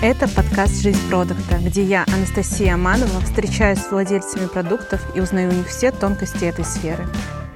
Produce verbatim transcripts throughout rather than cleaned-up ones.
Это подкаст «Жизнь продукта», где я, Анастасия Аманова, встречаюсь с владельцами продуктов и узнаю у них все тонкости этой сферы.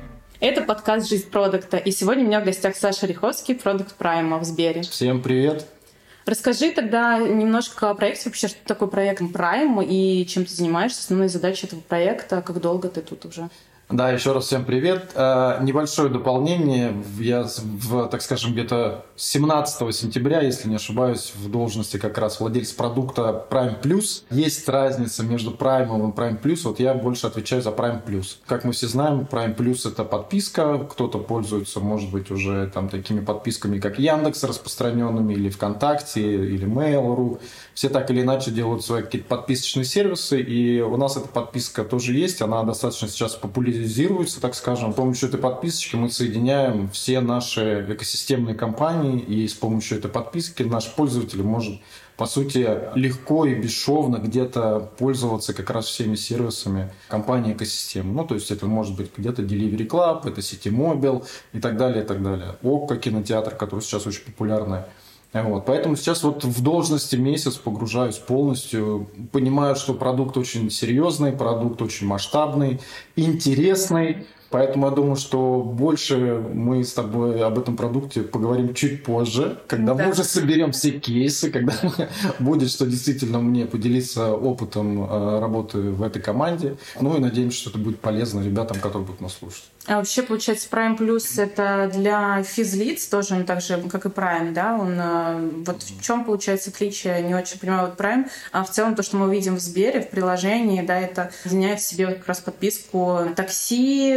Это подкаст «Жизнь продукта», и сегодня у меня в гостях Саша Риховский, продукт Прайма в Сбере. Всем привет! Расскажи тогда немножко о проекте, вообще, что такое проект Prime и чем ты занимаешься, основные задачи этого проекта, как долго ты тут уже? Да, еще раз всем привет. Небольшое дополнение. Я, в, так скажем, где-то семнадцатого сентября, если не ошибаюсь, в должности как раз владелец продукта Prime Plus. Есть разница между Prime и Prime Plus. Вот я больше отвечаю за Prime Plus. Как мы все знаем, Prime Plus – это подписка. Кто-то пользуется, может быть, уже там такими подписками, как Яндекс, распространенными, или ВКонтакте, или Mail.ru. Все так или иначе делают свои какие-то подписочные сервисы. И у нас эта подписка тоже есть. Она достаточно сейчас популяризируется, так скажем. С помощью этой подписочки мы соединяем все наши экосистемные компании, и с помощью этой подписки наш пользователь может, по сути, легко и бесшовно где-то пользоваться как раз всеми сервисами компании экосистемы. Ну, то есть это может быть где-то Delivery Club, это Ситимобил и так далее, и так далее. Окко, кинотеатр, который сейчас очень популярный. Вот. Поэтому сейчас вот в должности месяц погружаюсь полностью, понимаю, что продукт очень серьезный, продукт очень масштабный, интересный. Поэтому я думаю, что больше мы с тобой об этом продукте поговорим чуть позже, когда да. мы уже соберем все кейсы, когда будет что действительно мне поделиться опытом работы в этой команде. Ну и надеемся, что это будет полезно ребятам, которые будут нас слушать. А вообще, получается, Prime Plus это для физлиц тоже, он так же, как и Prime, да? Он, вот в чем получается отличие, не очень понимаю, вот Prime, а в целом то, что мы видим в Сбере, в приложении, да, это объединяет в себе как раз подписку такси,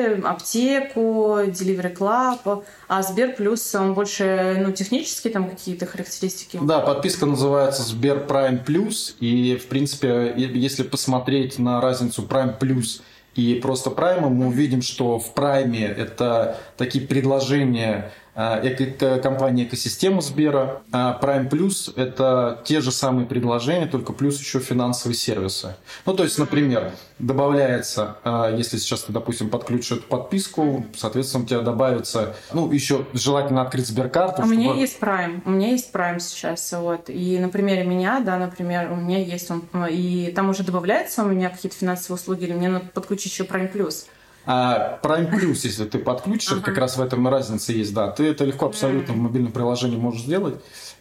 аптеку, Delivery Club, а Сбер Плюс, он больше, ну, технические там какие-то характеристики? Да, подписка называется Сбер Prime Plus, и, в принципе, если посмотреть на разницу Prime Plus и просто Prime, мы увидим, что в Prime это такие предложения эко- компании экосистемы Сбера, а Prime Plus это те же самые предложения, только плюс еще финансовые сервисы. Ну, то есть, например, добавляется, если сейчас ты, допустим, подключишь эту подписку, соответственно, у тебя добавится, ну, еще желательно открыть Сберкарту. У чтобы... меня есть Prime, у меня есть Prime сейчас, вот, и на примере меня, да, например, у меня есть он, и там уже добавляется у меня какие-то финансовые услуги, или мне надо подключить еще Prime Plus? А Prime Plus, если ты подключишь, ага. как раз в этом и разница есть, да, ты это легко абсолютно в мобильном приложении можешь сделать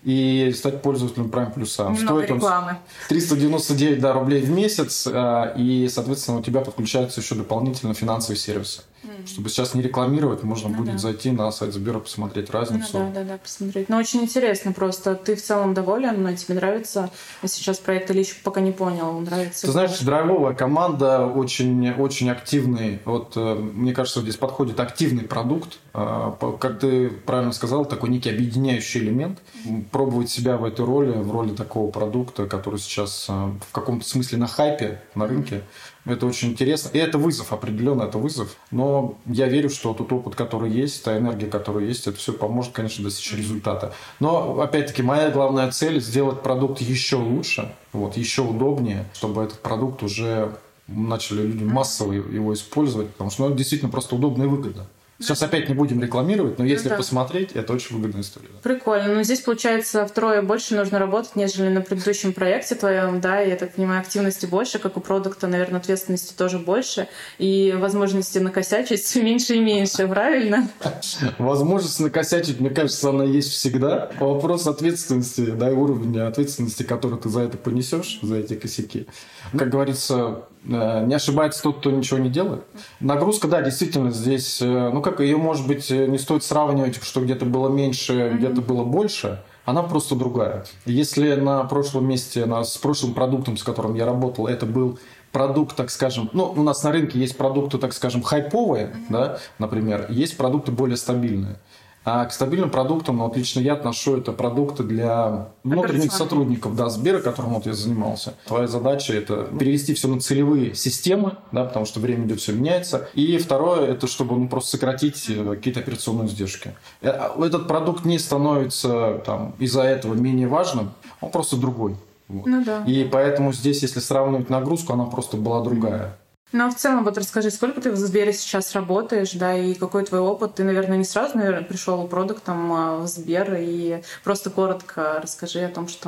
и стать пользователем Prime Plus. Немного Стоит рекламы. Он триста девяносто девять да, рублей в месяц, и, соответственно, у тебя подключаются еще дополнительно финансовые сервисы. Mm. Чтобы сейчас не рекламировать, можно ну, будет да. зайти на сайт Сбера, посмотреть разницу. Ну, да, да, да, посмотреть. Но очень интересно просто. Ты в целом доволен, но тебе нравится сейчас проект или еще пока не понял, нравится? Ты знаешь, драйвовая команда, очень, очень активный. Вот, мне кажется, здесь подходит активный продукт. Как ты правильно сказал, такой некий объединяющий элемент. Пробовать себя в этой роли, в роли такого продукта, который сейчас в каком-то смысле на хайпе на рынке. Это очень интересно. И это вызов, определенно это вызов. Но я верю, что тот опыт, который есть, та энергия, которая есть, это все поможет, конечно, достичь результата. Но, опять-таки, моя главная цель – сделать продукт еще лучше, вот, еще удобнее, чтобы этот продукт уже начали люди массово его использовать, потому что ну, это действительно просто удобно и выгодно. Сейчас опять не будем рекламировать, но если ну, да. посмотреть, это очень выгодная история. Прикольно. Но здесь, получается, втрое больше нужно работать, нежели на предыдущем проекте твоем, да, и, я так понимаю, активности больше, как у продукта, наверное, ответственности тоже больше, и возможности накосячить все меньше и меньше, правильно? Возможность накосячить, мне кажется, она есть всегда. Вопрос ответственности, да, и уровня ответственности, который ты за это понесешь, за эти косяки. Как говорится, не ошибается тот, кто ничего не делает. Нагрузка, да, действительно, здесь, ну как, ее, может быть, не стоит сравнивать, что где-то было меньше, mm-hmm. где-то было больше. Она просто другая. Если на прошлом месте, на, с прошлым продуктом, с которым я работал, это был продукт, так скажем, ну, у нас на рынке есть продукты, так скажем, хайповые, mm-hmm. да, например, есть продукты более стабильные. А к стабильным продуктам, ну, вот лично я отношу это продукты для внутренних сотрудников, да, Сбера, которым вот я занимался. Твоя задача – это перевести все на целевые системы, да, потому что время идет, все меняется. И второе – это чтобы ну, просто сократить какие-то операционные издержки. Этот продукт не становится там, из-за этого менее важным, он просто другой. Вот. Ну, да. И поэтому здесь, если сравнивать нагрузку, она просто была другая. Ну, а в целом, вот расскажи, сколько ты в Сбере сейчас работаешь, да, и какой твой опыт? Ты, наверное, не сразу, наверное, пришел продуктом в Сбер, и просто коротко расскажи о том, что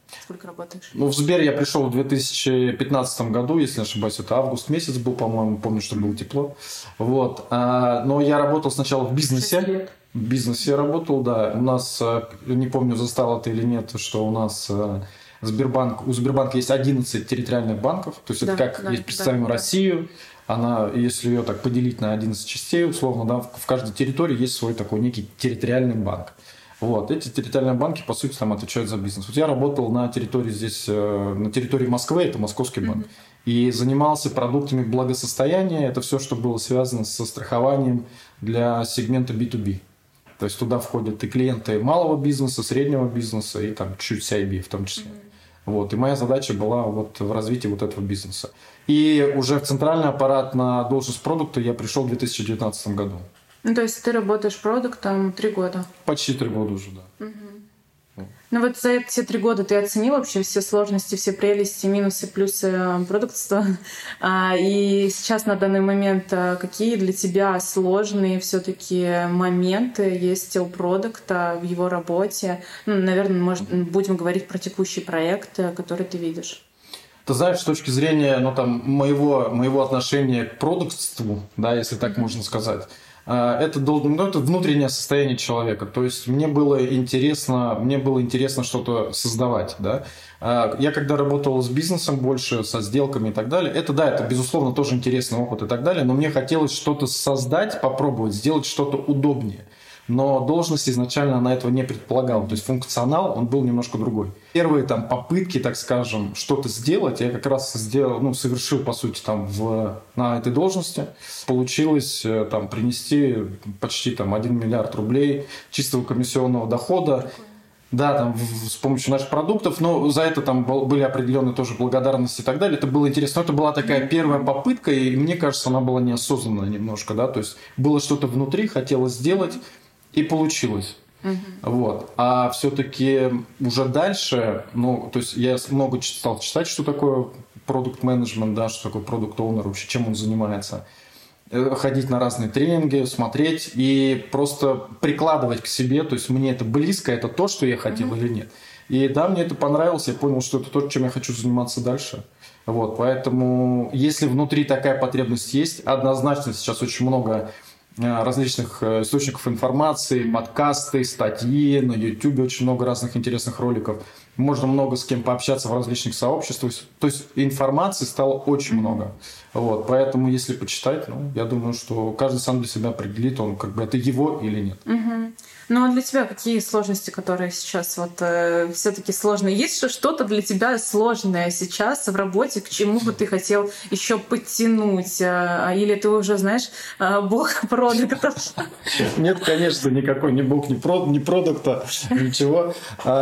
Сколько работаешь? Ну, в Сбер я пришел в две тысячи пятнадцатом году, если не ошибаюсь, это август месяц был, по-моему, помню, что было тепло. Вот. А, но я работал сначала в бизнесе. В бизнесе я работал, да. У нас, не помню, застало ты или нет, что у нас Сбербанк, у Сбербанка есть одиннадцать территориальных банков. То есть да, это как, да, если представим да, Россию, она, если ее так поделить на одиннадцать частей, условно, да, в каждой территории есть свой такой некий территориальный банк. Вот. Эти территориальные банки, по сути, там отвечают за бизнес. Вот я работал на территории здесь, на территории Москвы, это Московский банк, mm-hmm. и занимался продуктами благосостояния. Это все, что было связано со страхованием для сегмента би ту би. То есть туда входят и клиенты малого бизнеса, среднего бизнеса, и там чуть си ай би в том числе. Mm-hmm. Вот. И моя задача была вот в развитии вот этого бизнеса. И уже в центральный аппарат на должность продукта я пришел в две тысячи девятнадцатом году. Ну, то есть ты работаешь продуктом три года? Почти три года уже, да. Угу. Вот. Ну вот за эти три года ты оценил вообще все сложности, все прелести, минусы, плюсы продуктства. А, и сейчас на данный момент какие для тебя сложные все-таки моменты есть у продукта в его работе? Ну, наверное, может, будем говорить про текущий проект, который ты видишь. Ты знаешь, с точки зрения ну, там, моего, моего отношения к продуктству, да, если так mm-hmm. можно сказать, это, ну, это внутреннее состояние человека. То есть мне было интересно, мне было интересно что-то создавать. Да? Я когда работал с бизнесом больше, со сделками и так далее, это да, это безусловно тоже интересный опыт и так далее, но мне хотелось что-то создать, попробовать, сделать что-то удобнее. Но должность изначально она этого не предполагала. То есть функционал, он был немножко другой. Первые там попытки, так скажем, что-то сделать, я как раз сделал, ну, совершил, по сути, там, в, на этой должности. Получилось там, принести почти там, один миллиард рублей чистого комиссионного дохода. Да, там, в, с помощью наших продуктов, но за это там были определенные тоже благодарности и так далее. Это было интересно. Но это была такая первая попытка, и мне кажется, она была неосознанная немножко. Да? То есть было что-то внутри, хотелось сделать. И получилось. Uh-huh. Вот. А все-таки уже дальше, ну, то есть я много стал читать, что такое продукт-менеджмент, да, что такое продукт-оунер, вообще чем он занимается. Ходить на разные тренинги, смотреть и просто прикладывать к себе, то есть мне это близко, это то, что я хотел uh-huh. или нет. И да, мне это понравилось, я понял, что это то, чем я хочу заниматься дальше. Вот. Поэтому, если внутри такая потребность есть, однозначно сейчас очень много различных источников информации, подкасты, статьи, на YouTube очень много разных интересных роликов. Можно много с кем пообщаться в различных сообществах. То есть информации стало очень много. Вот. Поэтому, если почитать, ну, я думаю, что каждый сам для себя определит, он как бы это его или нет. Угу. Ну, а для тебя какие сложности, которые сейчас вот э, все-таки сложные? Есть что-то для тебя сложное сейчас в работе, к чему бы ты хотел еще подтянуть? Э, или ты уже, знаешь, э, бог продуктов? Нет, конечно, никакой ни бог, ни, про, ни продукта, ничего.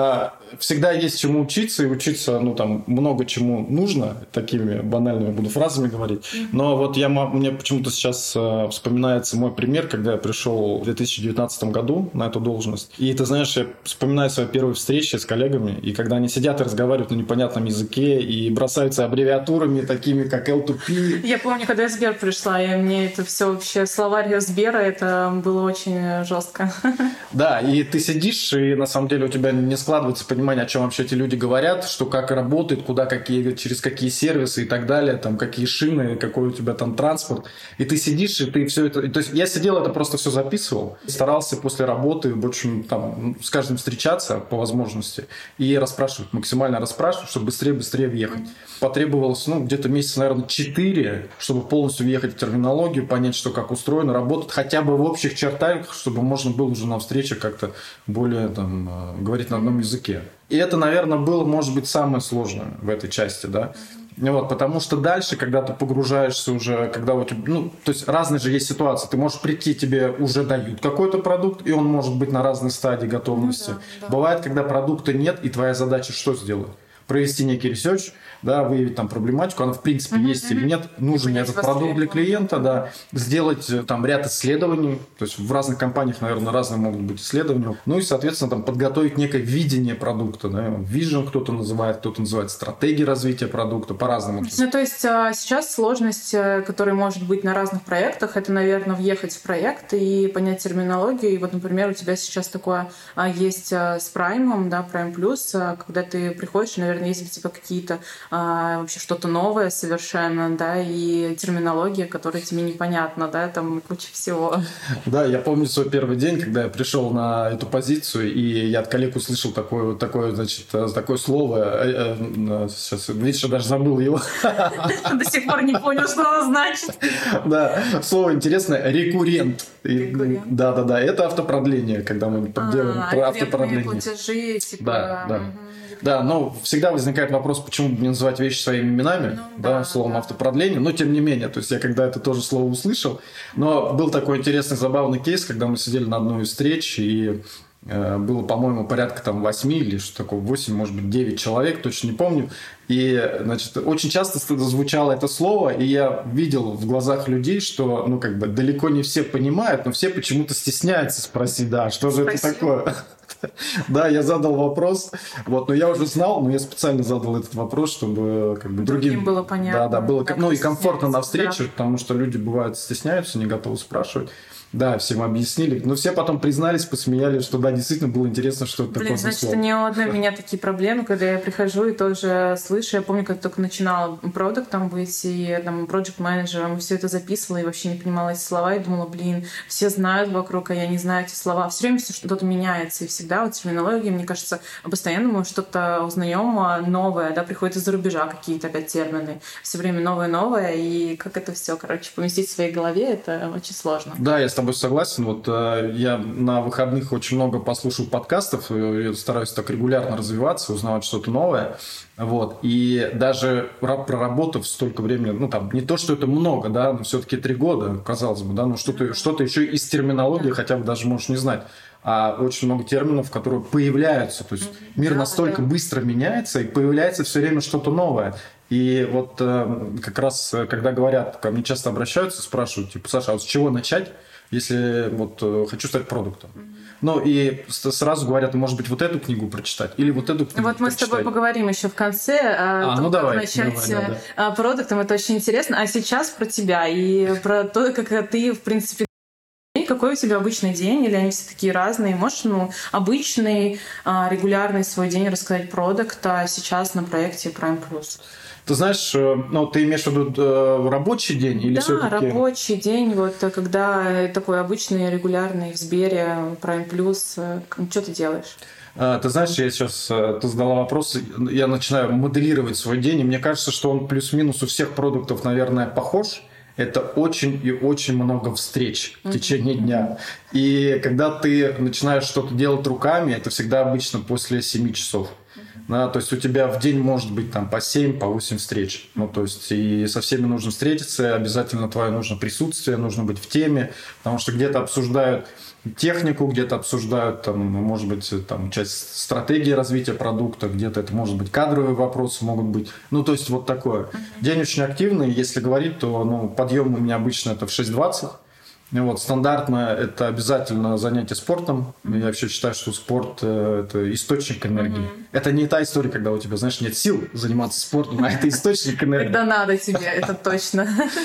Всегда есть чему учиться, и учиться, ну, там, много чему нужно. Такими банальными буду фразами говорить. Но вот я, мне почему-то сейчас вспоминается мой пример, когда я пришел в две тысячи девятнадцатом году на эту должность. И ты знаешь, я вспоминаю свои первые встречи с коллегами, и когда они сидят и разговаривают на непонятном языке, и бросаются аббревиатурами, такими как эл ту пи. Я помню, когда я в Сбер пришла, и мне это все вообще, словарь Сбера, это было очень жестко. Да, и ты сидишь, и на самом деле у тебя не складывается понимание, о чем вообще эти люди говорят, что как работает, куда какие, через какие сервисы и так далее, там, какие шины, какой у тебя там транспорт. И ты сидишь, и ты все это... То есть я сидел, это просто все записывал, старался после работы, в общем, там, с каждым встречаться по возможности и расспрашивать, максимально расспрашивать, чтобы быстрее-быстрее въехать. Потребовалось, ну, где-то месяца, наверное, четыре, чтобы полностью въехать в терминологию, понять, что как устроено, работать, хотя бы в общих чертах, чтобы можно было уже на встрече как-то более, там, говорить на одном языке. И это, наверное, было, может быть, самое сложное в этой части, да. Вот, потому что дальше, когда ты погружаешься уже, когда у тебя, ну, то есть разные же есть ситуации. Ты можешь прийти, тебе уже дают какой-то продукт, и он может быть на разной стадии готовности. Ну, да, да. Бывает, когда продукта нет, и твоя задача что сделать? провести некий ресерч, да, выявить там проблематику, она в принципе mm-hmm. есть или нет, нужен ли этот продукт для клиента, да, сделать там ряд исследований, то есть в разных компаниях, наверное, разные могут быть исследования, ну и, соответственно, там подготовить некое видение продукта, да, vision кто-то называет, кто-то называет стратегией развития продукта, по-разному. Ну, то есть сейчас сложность, которая может быть на разных проектах, это, наверное, въехать в проект и понять терминологию, и вот, например, у тебя сейчас такое есть с Prime, да, Prime Plus, когда ты приходишь, наверное, есть для тебя какие-то а, вообще что-то новое совершенно, да, и терминология, которая тебе непонятна, да, там куча всего. Да, я помню свой первый день, когда я пришел на эту позицию, и я от коллег услышал такое, такое, значит, такое слово, сейчас, видишь, я даже забыл его. До сих пор не понял, что оно значит. Да, слово интересное, рекуррент. Да, да, да, это автопродление, когда мы делаем про автопродление. Платежи, типа. Да, да. Да, но всегда возникает вопрос, почему бы не называть вещи своими именами, ну, да, да, словом да. автопродление, но тем не менее, то есть я когда это тоже слово услышал, но был такой интересный, забавный кейс, когда мы сидели на одной из встреч, и э, было, по-моему, порядка там восьми или что такое, восемь, может быть, девять человек, точно не помню, и, значит, очень часто звучало это слово, и я видел в глазах людей, что, ну, как бы, далеко не все понимают, но все почему-то стесняются спросить, да, что же это такое? Да, я задал вопрос, вот, но я уже знал, но я специально задал этот вопрос, чтобы как бы другим, другим было понятно, да, да, было, ну и комфортно на встрече, да. Потому что люди бывают стесняются, не готовы спрашивать. Да, всем объяснили. Но все потом признались, посмеялись, что да, действительно было интересно, что это Блин, такое. Значит, слово. Не у одной у меня такие проблемы, когда я прихожу и тоже слышу. Я помню, как только начинала продуктом быть и там проект-менеджером, все это записывала и вообще не понимала эти слова. И думала, блин, все знают вокруг, а я не знаю эти слова. Все время все что-то меняется. И всегда вот терминология, мне кажется, постоянно мы что-то узнаем новое, да, приходят из-за рубежа какие-то опять термины. Все время новое-новое. И как это все, короче, поместить в своей голове, это очень сложно. Да, я с тобой согласен. Вот э, я на выходных очень много послушал подкастов, я стараюсь так регулярно развиваться, узнавать что-то новое. Вот. И даже проработав столько времени, ну там не то, что это много, да, но все-таки три года, казалось бы, да, но что-то, что-то еще из терминологии, хотя бы даже можешь не знать. А очень много терминов, которые появляются. То есть мир настолько быстро меняется, и появляется все время что-то новое. И вот э, как раз, когда говорят, ко мне часто обращаются, спрашивают, типа, Саша, а вот с чего начать, если вот э, хочу стать продуктом? Mm-hmm. Ну, и сразу говорят, может быть, вот эту книгу прочитать или вот эту книгу Вот мы прочитать. с тобой поговорим еще в конце. А, том, ну как давай. начать давай, да, да. продуктом, это очень интересно. А сейчас про тебя и про то, как ты, в принципе, какой у тебя обычный день, или они все такие разные? Можешь, ну, обычный, регулярный свой день рассказать продукта сейчас на проекте Prime Plus? Ты знаешь, ну, ты имеешь в виду рабочий день? Или да, все-таки... рабочий день, вот когда такой обычный, регулярный в Сбере, Prime Plus, что ты делаешь? Ты знаешь, я сейчас, ты задала вопрос, я начинаю моделировать свой день, и мне кажется, что он плюс-минус у всех продуктов, наверное, похож. Это очень и очень много встреч в течение дня. И когда ты начинаешь что-то делать руками, это всегда обычно после семи часов. Да, то есть у тебя в день может быть там по семь, по восемь встреч. Ну, то есть и со всеми нужно встретиться, обязательно твое нужно присутствие, нужно быть в теме, потому что где-то обсуждают технику, где-то обсуждают, там, может быть, там, часть стратегии развития продукта, где-то это может быть кадровые вопросы могут быть. Ну, то есть вот такое. День очень активный, если говорить, то ну, подъем у меня обычно это в шесть двадцать. Вот, стандартно это обязательно занятие спортом. Я вообще считаю, что спорт – это источник энергии. Mm-hmm. Это не та история, когда у тебя, знаешь, нет сил заниматься спортом, а это источник энергии. Когда надо тебе, это точно.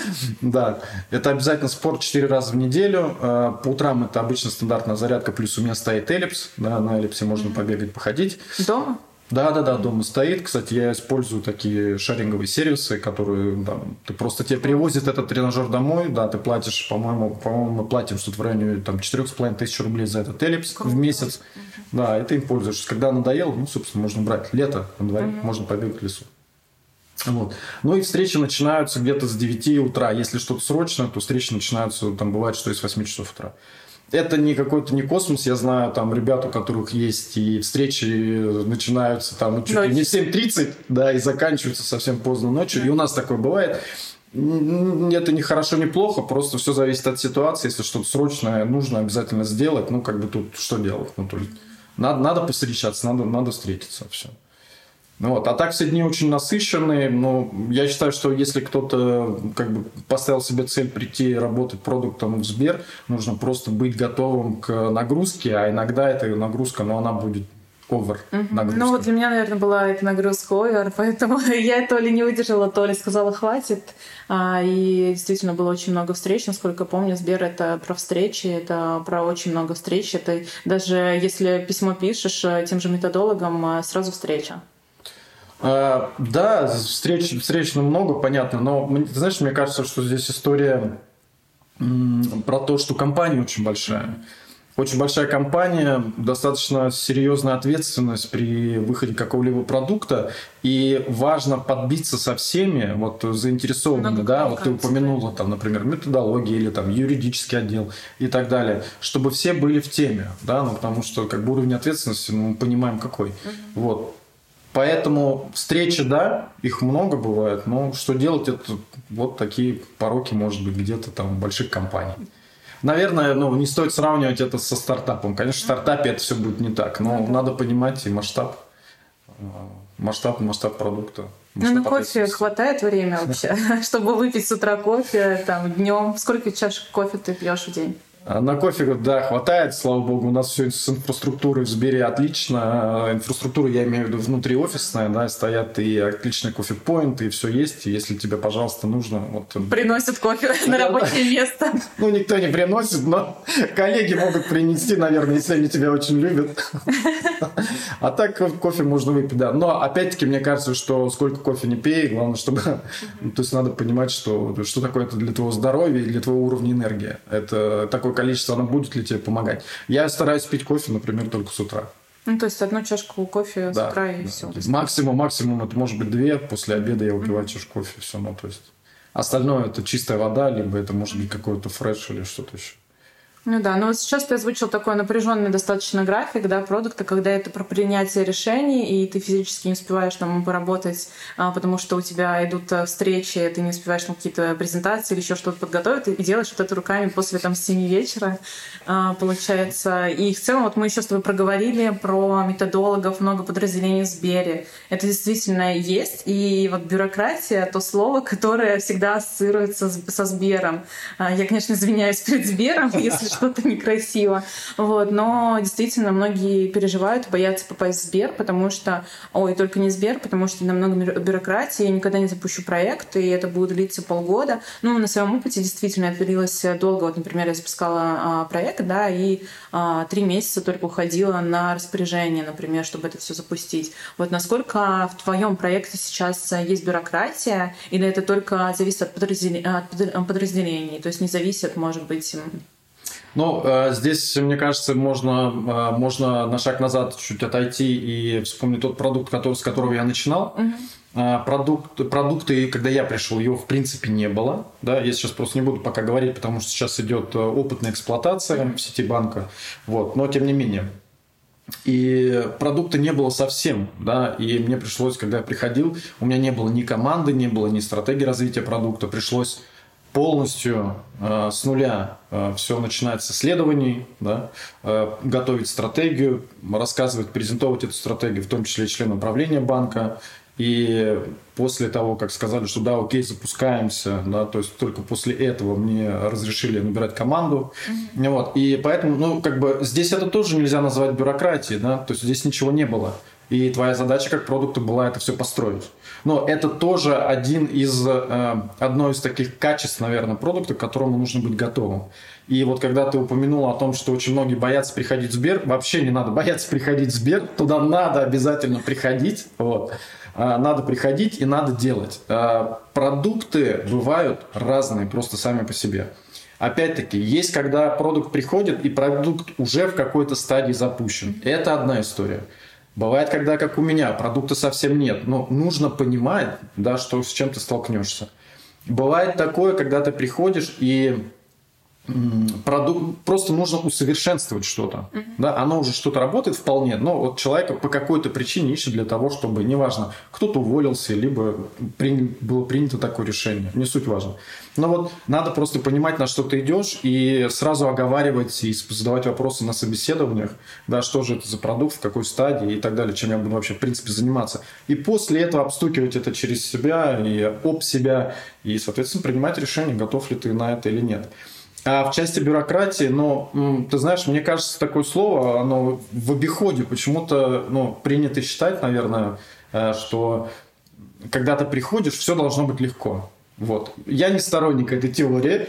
Да, это обязательно спорт четыре раза в неделю. По утрам это обычно стандартная зарядка, плюс у меня стоит эллипс. Да, на эллипсе можно побегать, походить. Дома? Да, да, да, дома стоит. Кстати, я использую такие шеринговые сервисы, которые да, ты просто тебе привозят этот тренажер домой, да, ты платишь, по-моему, по-моему, мы платим что-то в районе там четыре с половиной тысячи рублей за этот эллипс Круто. В месяц. Uh-huh. Да, и ты им пользуешься. Когда надоело, ну, собственно, можно брать. Лето на дворе, uh-huh. можно побегать в лесу. Вот. Ну и встречи начинаются где-то с девяти утра. Если что-то срочное, то встречи начинаются, там бывает, что и с восьми часов утра. Это не какой-то не космос, я знаю там ребят, у которых есть и встречи начинаются там чуть ли не в семь тридцать, да, и заканчиваются совсем поздно ночью, да. И у нас такое бывает. Это не хорошо, не плохо, просто все зависит от ситуации, если что-то срочное нужно обязательно сделать, ну как бы тут что делать, ну то есть надо, надо повстречаться, надо, надо встретиться, все. Ну вот. А так все дни очень насыщенные. Но я считаю, что если кто-то как бы поставил себе цель прийти работать продуктом в Сбер, нужно просто быть готовым к нагрузке, а иногда эта нагрузка, но она будет овер нагрузка. Ну вот для меня, наверное, была эта нагрузка овер, поэтому я то ли не выдержала, то ли сказала хватит. А, и действительно было очень много встреч. Насколько помню, Сбер — это про встречи, это про очень много встреч. Это даже если письмо пишешь тем же методологам, сразу встреча. А, да, встреч, встреч много, понятно, но ты знаешь, мне кажется, что здесь история м, про то, что компания очень большая. Очень большая компания, достаточно серьезная ответственность при выходе какого-либо продукта, и важно подбиться со всеми вот, заинтересованными, да, вот ты упомянула, там, например, методология или там, юридический отдел и так далее, чтобы все были в теме, да, ну, потому что как бы уровень ответственности, ну, мы понимаем какой. Uh-huh. Вот. Поэтому встречи, да, их много бывает, но что делать, это вот такие пороки, может быть, где-то там в больших компаниях. Наверное, ну, не стоит сравнивать это со стартапом. Конечно, в стартапе это все будет не так, но mm-hmm. надо понимать и масштаб, масштаб, масштаб продукта. Масштаб ну, на кофе хватает времени вообще, чтобы выпить с утра кофе, там, днем. Сколько чашек кофе ты пьешь в день? На кофе, да, хватает, слава богу. У нас все с инфраструктурой в Сбере отлично. Инфраструктура, я имею в виду, внутриофисная, да, стоят и отличные кофе-поинты, и все есть. И если тебе, пожалуйста, нужно... Вот... Приносят кофе на рабочее место. Ну, никто не приносит, но коллеги могут принести, наверное, если они тебя очень любят. А так кофе можно выпить, да. Но, опять-таки, мне кажется, что сколько кофе не пей, главное, чтобы... То есть надо понимать, что, что такое это для твоего здоровья и для твоего уровня энергии. Это такой количество, оно будет ли тебе помогать. Я стараюсь пить кофе, например, только с утра. Ну, то есть одну чашку кофе да, с утра и да. все. Максимум, максимум, это может быть две. После обеда я выпиваю mm-hmm. чашку кофе. Все, ну, то есть остальное это чистая вода, либо это может быть какой-то фреш или что-то еще. Ну да, но вот сейчас ты озвучил такой напряженный достаточно график, да, продукта, когда это про принятие решений, и ты физически не успеваешь там поработать, а, потому что у тебя идут встречи, ты не успеваешь там какие-то презентации или еще что-то подготовить, и делаешь вот это руками после там семи вечера, а, получается. И в целом вот мы еще с тобой проговорили про методологов, много подразделений в Сбере. Это действительно есть, и вот бюрократия — то слово, которое всегда ассоциируется со Сбером. А, я, конечно, извиняюсь перед Сбером, если что-то некрасиво. Вот. Но действительно многие переживают, боятся попасть в Сбер, потому что... Ой, только не Сбер, потому что намного бюрократии, я никогда не запущу проект, и это будет длиться полгода. Ну, на своем опыте действительно это длилось долго. Вот, например, я запускала а, проект, да, и а, три месяца только уходила на распоряжение, например, чтобы это все запустить. Вот насколько в твоем проекте сейчас есть бюрократия, или это только зависит от подразделений, то есть не зависит, может быть... Ну, здесь, мне кажется, можно, можно на шаг назад чуть отойти и вспомнить тот продукт, который, с которого я начинал. Uh-huh. Продукт, продукты, когда я пришел, его в принципе не было. Да? Я сейчас просто не буду пока говорить, потому что сейчас идет опытная эксплуатация uh-huh. в сети банка. Вот. Но тем не менее. И продукта не было совсем, да, и мне пришлось, когда я приходил, у меня не было ни команды, не было ни стратегии развития продукта, пришлось полностью э, с нуля э, все начинать с исследований, да, э, готовить стратегию, рассказывать, презентовать эту стратегию, в том числе членам правления банка. И после того, как сказали, что да, окей, запускаемся, да, то есть только после этого мне разрешили набирать команду. Mm-hmm. Вот, и поэтому, ну, как бы здесь это тоже нельзя назвать бюрократией, да, то есть здесь ничего не было. И твоя задача как продукта была это все построить. Но это тоже один из, э, одно из таких качеств, наверное, продукта, к которому нужно быть готовым. И вот когда ты упомянул о том, что очень многие боятся приходить в Сбер, вообще не надо бояться приходить в Сбер, туда надо обязательно приходить, вот. Надо приходить и надо делать. Продукты бывают разные просто сами по себе. Опять-таки, есть когда продукт приходит и продукт уже в какой-то стадии запущен. Это одна история. Бывает, когда, как у меня, продукта совсем нет, но нужно понимать, да, что с чем ты столкнешься. Бывает такое, когда ты приходишь и продукт, просто нужно усовершенствовать что-то. Mm-hmm. Да, оно уже что-то работает вполне, но вот человек по какой-то причине ищет для того, чтобы, неважно, кто-то уволился, либо приня... было принято такое решение, не суть важно. Но вот надо просто понимать, на что ты идешь, и сразу оговаривать и задавать вопросы на собеседованиях, да, что же это за продукт, в какой стадии и так далее, чем я буду вообще в принципе заниматься. И после этого обстукивать это через себя и об себя, и, соответственно, принимать решение, готов ли ты на это или нет. А в части бюрократии, ну, ты знаешь, мне кажется, такое слово, оно в обиходе почему-то, ну, принято считать, наверное, что когда ты приходишь, все должно быть легко. Вот. Я не сторонник этой теории.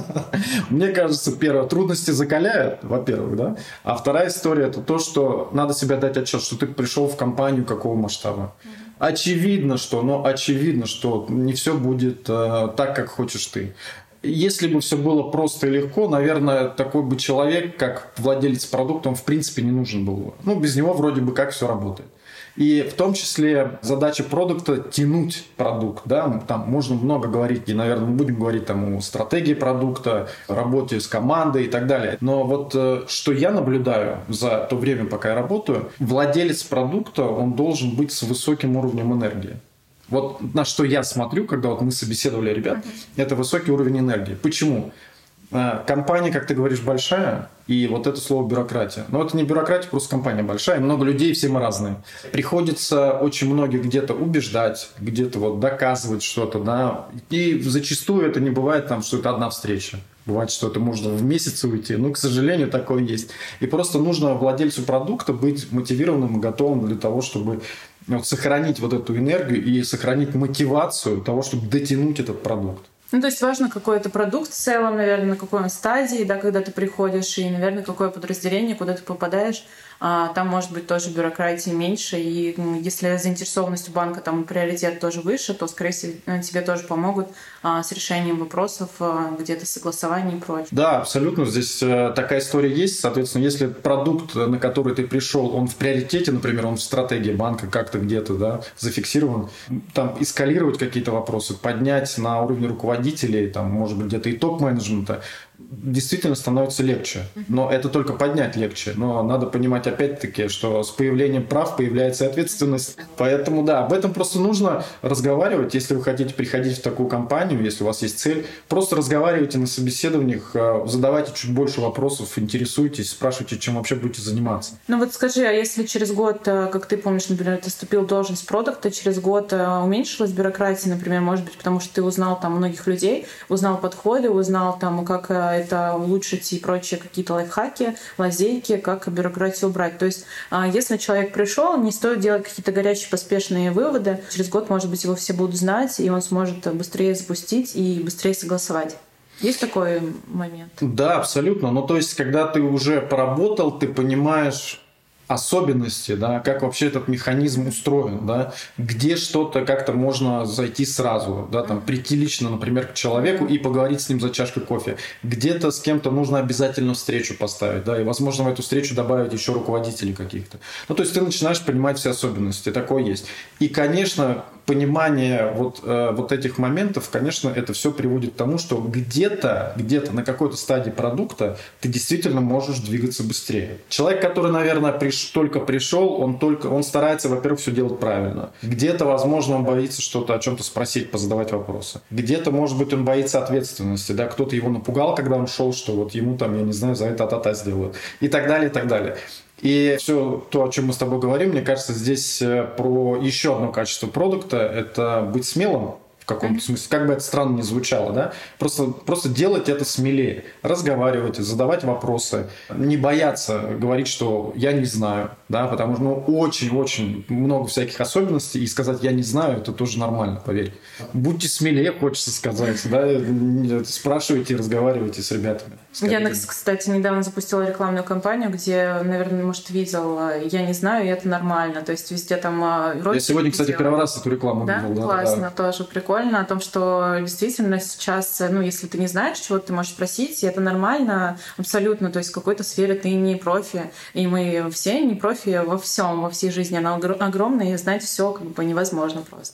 Мне кажется, первое, трудности закаляют, во-первых, да. А вторая история – это то, что надо себе дать отчет, что ты пришел в компанию какого масштаба. Очевидно, что, но очевидно, что не все будет э, так, как хочешь ты. Если бы все было просто и легко, наверное, такой бы человек, как владелец продукта, он в принципе не нужен был бы. Ну, без него вроде бы как все работает. И в том числе задача продукта – тянуть продукт. Да? Там можно много говорить, и, наверное, мы будем говорить там, о стратегии продукта, работе с командой и так далее. Но вот что я наблюдаю за то время, пока я работаю, владелец продукта, он должен быть с высоким уровнем энергии. Вот на что я смотрю, когда вот мы собеседовали ребят, uh-huh. это высокий уровень энергии. Почему? Компания, как ты говоришь, большая, и вот это слово бюрократия. Но это не бюрократия, просто компания большая, много людей, все мы разные. Приходится очень многих где-то убеждать, где-то вот доказывать что-то, да. И зачастую это не бывает там, что это одна встреча. Бывает, что это можно в месяц уйти. Но, к сожалению, такое есть. И просто нужно владельцу продукта быть мотивированным и готовым для того, чтобы вот сохранить вот эту энергию и сохранить мотивацию того, чтобы дотянуть этот продукт. Ну, то есть важно, какой это продукт в целом, наверное, на какой он стадии, да, когда ты приходишь, и, наверное, какое подразделение, куда ты попадаешь. А, там может быть тоже бюрократии меньше, и ну, если заинтересованность у банка, там приоритет тоже выше, то, скорее всего, тебе тоже помогут а, с решением вопросов, а, где-то согласование и прочее. Да, абсолютно. Здесь а, такая история есть. Соответственно, если продукт, на который ты пришел, он в приоритете, например, он в стратегии банка как-то где-то, да, зафиксирован, там эскалировать какие-то вопросы, поднять на уровне руководителей, там, может быть, где-то и топ-менеджмента, действительно становится легче. Но это только поднять легче. Но надо понимать опять-таки, что с появлением прав появляется ответственность. Поэтому да, об этом просто нужно разговаривать. Если вы хотите приходить в такую компанию, если у вас есть цель, просто разговаривайте на собеседованиях, задавайте чуть больше вопросов, интересуйтесь, спрашивайте, чем вообще будете заниматься. Ну вот скажи, а если через год, как ты помнишь, например, ты вступил в должность продукта, через год уменьшилась бюрократия, например, может быть, потому что ты узнал там многих людей, узнал подходы, узнал там, как это улучшить и прочие какие-то лайфхаки, лазейки, как бюрократию убрать. То есть, если человек пришел, не стоит делать какие-то горячие, поспешные выводы. Через год, может быть, его все будут знать, и он сможет быстрее запустить и быстрее согласовать. Есть такой момент? Да, абсолютно. Ну, то есть, когда ты уже поработал, ты понимаешь особенности, да, как вообще этот механизм устроен, да, где что-то как-то можно зайти сразу, да, там, прийти лично, например, к человеку и поговорить с ним за чашкой кофе. Где-то с кем-то нужно обязательно встречу поставить, да, и, возможно, в эту встречу добавить еще руководителей каких-то. Ну, то есть ты начинаешь понимать все особенности, такое есть. И, конечно, понимание вот, э, вот этих моментов, конечно, это все приводит к тому, что где-то, где-то на какой-то стадии продукта ты действительно можешь двигаться быстрее. Человек, который, наверное, приш, только пришел, он, только, он старается, во-первых, все делать правильно. Где-то, возможно, он боится что-то о чем-то спросить, позадавать вопросы. Где-то, может быть, он боится ответственности. Да? Кто-то его напугал, когда он шел, что вот ему там, я не знаю, за это та-та сделают. И так далее, и так далее. И все то, о чем мы с тобой говорим, мне кажется, здесь про еще одно качество продукта – это быть смелым в каком-то смысле, как бы это странно ни звучало, да? Просто, просто делать это смелее, разговаривать, задавать вопросы, не бояться говорить, что я не знаю, да, потому что ну, очень-очень много всяких особенностей, и сказать «я не знаю» – это тоже нормально, поверь. Будьте смелее, хочется сказать, да, спрашивайте, разговаривайте с ребятами. С Яндекс, кстати, недавно запустила рекламную кампанию, где, наверное, может, видел «я не знаю», и это нормально, то есть везде там ролики. Я сегодня, кстати, первый раз эту рекламу да? видел. Да, классно, да. тоже прикольно, о том, что действительно сейчас, ну, если ты не знаешь чего, ты можешь спросить, и это нормально абсолютно, то есть в какой-то сфере ты не профи, и мы все не профи во всем, во всей жизни, она огромная, и знать все как бы невозможно просто.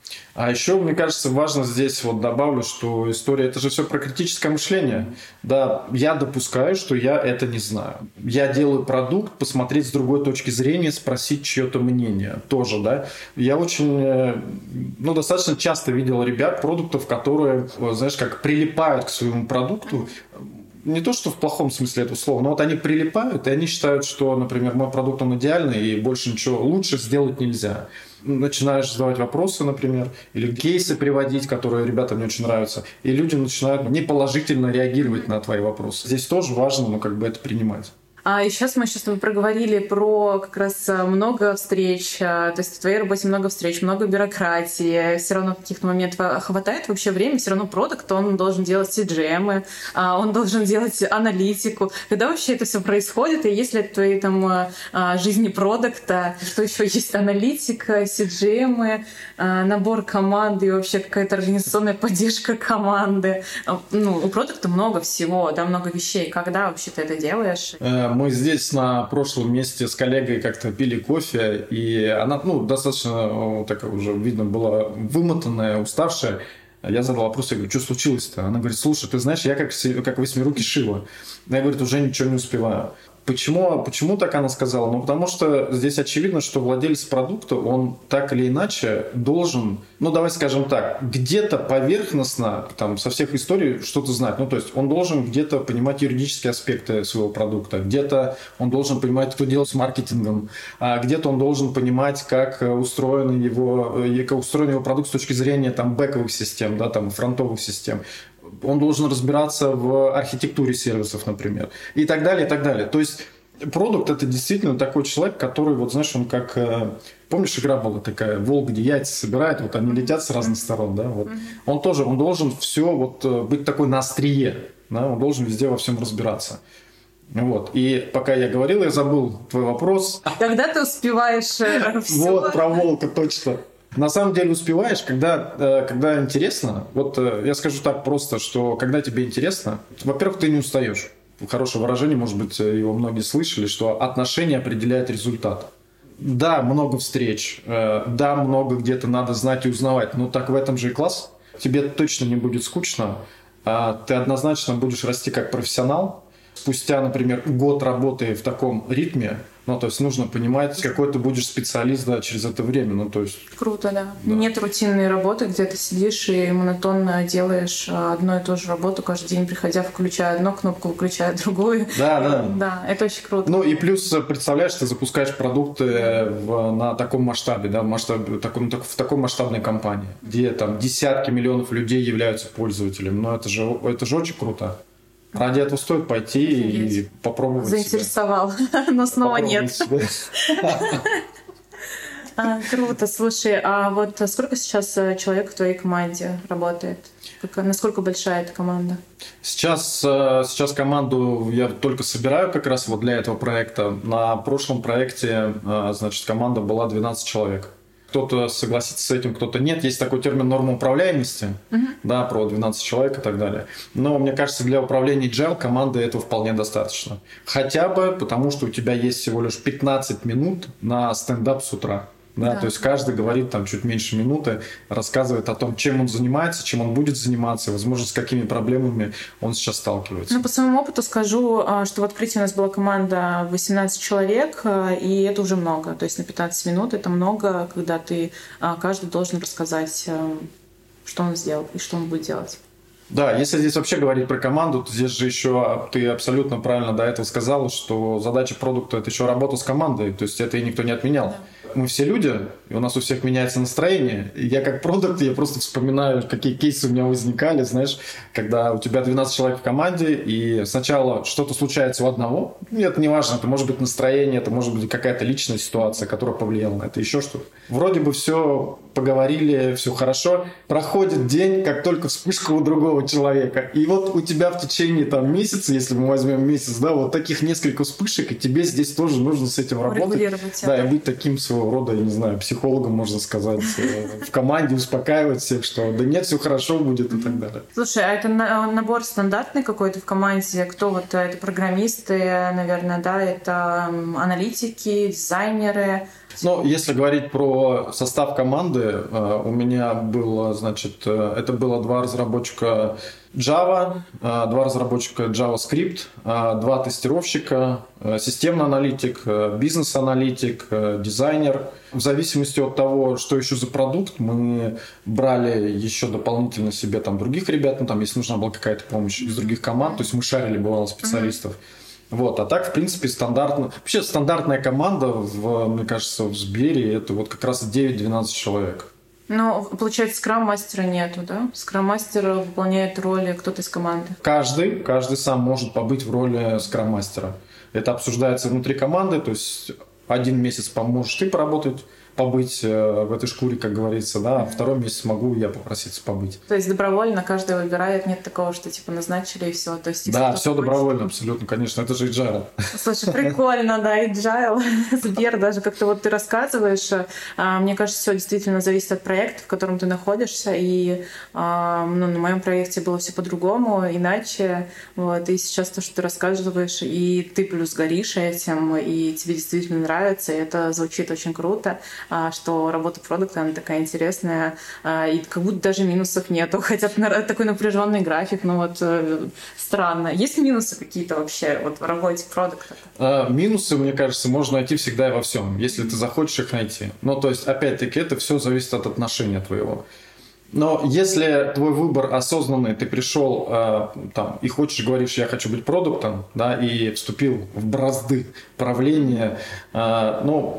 А еще, мне кажется, важно здесь вот добавлю, что история – это же все про критическое мышление. Да, я допускаю, что я это не знаю. Я делаю продукт, посмотреть с другой точки зрения, спросить чье-то мнение тоже, да. Я очень, ну, достаточно часто видел ребят, продуктов, которые, знаешь, как прилипают к своему продукту. Не то, что в плохом смысле этого слова, но вот они прилипают, и они считают, что, например, мой продукт, он идеальный, и больше ничего лучше сделать нельзя. Начинаешь задавать вопросы, например, или кейсы приводить, которые ребятам не очень нравятся, и люди начинают неположительно реагировать на твои вопросы. Здесь тоже важно, ну, как бы это принимать. А и сейчас мы сейчас с тобой проговорили про как раз много встреч, то есть в твоей работе много встреч, много бюрократии, все равно каких-то моментов хватает вообще времени, все равно продукт, он должен делать си джи эм, он должен делать аналитику. Когда вообще это все происходит, и если в твоей там жизни продукта, что еще есть аналитика, си джи эм, набор команды и вообще какая-то организационная поддержка команды. Ну, у продукта много всего, да, много вещей. Когда вообще ты это делаешь? Мы здесь на прошлом месте с коллегой как-то пили кофе, и она, ну, достаточно такая уже, видно, была вымотанная, уставшая. Я задал вопрос, я говорю, что случилось-то? Она говорит, слушай, ты знаешь, я как, как восьмирукий Шива. Я, говорит, уже ничего не успеваю. Почему, почему так она сказала? Ну, потому что здесь очевидно, что владелец продукта, он так или иначе должен, ну, давай скажем так, где-то поверхностно, там, со всех историй что-то знать. Ну, то есть он должен где-то понимать юридические аспекты своего продукта, где-то он должен понимать, что делать с маркетингом, а где-то он должен понимать, как устроен его, как устроен его продукт с точки зрения там, бэковых систем, да, там, фронтовых систем. Он должен разбираться в архитектуре сервисов, например, и так далее, и так далее. То есть продукт – это действительно такой человек, который, вот знаешь, он как… Помнишь, игра была такая, волк, где яйца собирает, вот они летят с разных сторон, да? Вот. Он тоже, он должен все вот быть такой на острие, да? Он должен везде во всем разбираться. Вот. И пока я говорил, я забыл твой вопрос. Когда ты успеваешь все? Вот, про волка, точно. На самом деле успеваешь, когда, когда интересно. Вот я скажу так просто, что когда тебе интересно, во-первых, ты не устаешь. Хорошее выражение, может быть, его многие слышали, что отношение определяет результат. Да, много встреч, да, много где-то надо знать и узнавать, но так в этом же и класс. Тебе точно не будет скучно, ты однозначно будешь расти как профессионал. Спустя, например, год работы в таком ритме, ну, то есть нужно понимать, какой ты будешь специалист, да, через это время. Ну, то есть... Круто, да. да. Нет рутинной работы, где ты сидишь и монотонно делаешь одну и ту же работу каждый день, приходя, включая одну кнопку, выключая другую. Да, да. Да, это очень круто. Ну, и плюс, представляешь, ты запускаешь продукты в, на таком масштабе, да, в, масштабе, таком, в такой масштабной компании, где там десятки миллионов людей являются пользователями. Ну, это же, это же очень круто. Ради этого стоит пойти и попробовать. Заинтересовал, себя. но снова Попробовать нет. А, круто, слушай, а вот сколько сейчас человек в твоей команде работает? Как, насколько большая эта команда? Сейчас, сейчас команду я только собираю как раз вот для этого проекта. На прошлом проекте, значит, команда была двенадцать человек. Кто-то согласится с этим, кто-то нет. Есть такой термин норма управляемости, uh-huh. да, про двенадцать человек и так далее. Но мне кажется, для управления Agile команды этого вполне достаточно. Хотя бы потому, что у тебя есть всего лишь пятнадцать минут на стендап с утра. Да, да. То есть каждый говорит там чуть меньше минуты, рассказывает о том, чем он занимается, чем он будет заниматься, возможно, с какими проблемами он сейчас сталкивается. Ну, по своему опыту скажу, что в открытии у нас была команда восемнадцать человек, и это уже много. То есть на пятнадцать минут это много, когда ты каждый должен рассказать, что он сделал и что он будет делать. Да, если здесь вообще говорить про команду, то здесь же еще ты абсолютно правильно до этого сказала, что задача продукта – это еще работа с командой, то есть это и никто не отменял. Да. Мы все люди, и у нас у всех меняется настроение. И я как продукт, я просто вспоминаю, какие кейсы у меня возникали, знаешь, когда у тебя двенадцать человек в команде, и сначала что-то случается у одного, и это не важно, это может быть настроение, это может быть какая-то личная ситуация, которая повлияла на это, еще что-то. Вроде бы все поговорили, все хорошо, проходит день, как только вспышка у другого человека. И вот у тебя в течение там месяца, если мы возьмем месяц, да, вот таких несколько вспышек, и тебе здесь тоже нужно с этим работать. Да, и быть таким своего рода, я не знаю, психологом, можно сказать, в команде, успокаивать всех, что да нет, все хорошо будет и так далее. Слушай, а это набор стандартный какой-то в команде? Кто вот это программисты, наверное, да, это аналитики, дизайнеры? Ну, если говорить про состав команды, у меня было, значит, это было два разработчика Java, два разработчика JavaScript, два тестировщика, системный аналитик, бизнес-аналитик, дизайнер. В зависимости от того, что еще за продукт, мы брали еще дополнительно себе там других ребят, ну там, если нужна была какая-то помощь из других команд, то есть мы шарили, бывало, специалистов. Mm-hmm. Вот, а так, в принципе, стандартно. Вообще стандартная команда, в, мне кажется, в Сбере это вот как раз девять-двенадцать человек. Ну, получается, скрам-мастера нету, да? Скрам-мастер выполняет роли кто-то из команды. Каждый, каждый сам может побыть в роли скрам-мастера. Это обсуждается внутри команды, то есть один месяц поможешь ты поработать, побыть в этой шкуре, как говорится, да, а второй месяц могу я попроситься побыть. То есть добровольно каждый выбирает, нет такого, что типа назначили и все. То есть, да, все добровольно, абсолютно, конечно, это же agile. Слушай, прикольно, да, agile, Сбер, даже как-то вот ты рассказываешь, мне кажется, все действительно зависит от проекта, в котором ты находишься, и ну, на моем проекте было все по-другому, иначе, вот, и сейчас то, что ты рассказываешь, и ты плюс горишь этим, и тебе действительно нравится, и это звучит очень круто, что работа продукта, она такая интересная, и как будто даже минусов нету, хотя такой напряженный график, но вот странно. Есть минусы какие-то вообще вот в работе продукта? А, минусы, мне кажется, можно найти всегда и во всем, если ты захочешь их найти. Ну, то есть, опять-таки, это все зависит от отношения твоего. Но если твой выбор осознанный, ты пришел э, там, и хочешь, говоришь, я хочу быть продуктом, да, и вступил в бразды правления, э, ну,